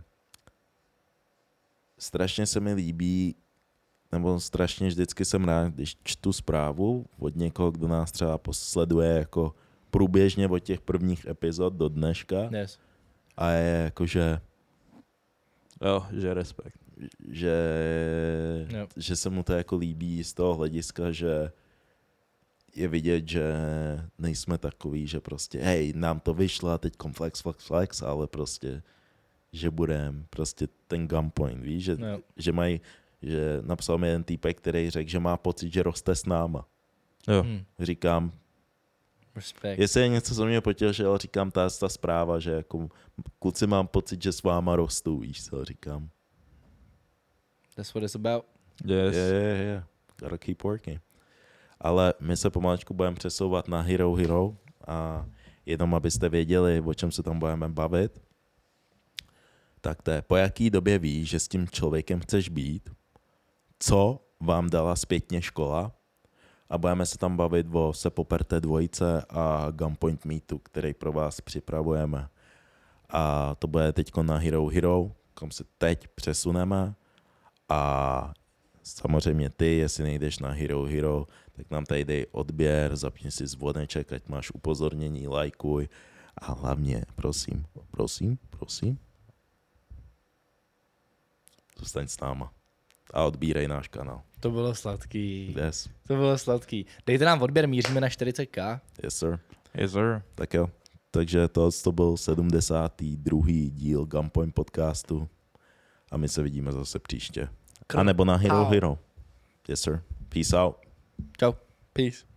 S2: strašně se mi líbí, nebo strašně vždycky jsem rád, když čtu zprávu od někoho, kdo nás třeba sleduje jako průběžně od těch prvních epizod do dneška.
S3: Yes.
S2: A je jako, že...
S1: Jo, že respekt.
S2: Že se mu to jako líbí z toho hlediska, že je vidět, že nejsme takový, že prostě hej, nám to vyšlo a teď flex, ale prostě, že budem prostě ten gunpoint, víš, že napsal mi jeden týpek, který řekl, že má pocit, že roste s náma.
S1: Jo.
S2: Říkám,
S3: Respekt.
S2: jestli je něco, co mě potěšilo, říkám, ta zpráva, že jako kluci mám pocit, že s váma rostou, víš co, říkám.
S3: That's what it's about.
S1: Yes.
S2: Yeah. Gotta keep working. Ale my se pomalečku budeme přesouvat na Hero a jenom abyste věděli, o čem se tam budeme bavit, tak to je, po jaký době víš, že s tím člověkem chceš být, co vám dala zpětně škola a budeme se tam bavit o Se poperte dvojice a Gunpoint Meetu, který pro vás připravujeme. A to bude teďko na Hero, kam se teď přesuneme a samozřejmě ty, jestli nejdeš na Hero, tak nám tady dej odběr, zapni si zvoneček, ať máš upozornění, lajkuj a hlavně, prosím, zůstaň s náma a odbírej náš kanál.
S3: To bylo sladký.
S2: Yes.
S3: To bylo sladký. Dejte nám odběr, míříme na 40k.
S2: Yes, sir.
S1: Yes, sir.
S2: Tak jo. Takže to byl 72. díl Gunpoint podcastu a my se vidíme zase příště. A nebo na Hero. Yes, sir. Peace out.
S3: Čau. Peace.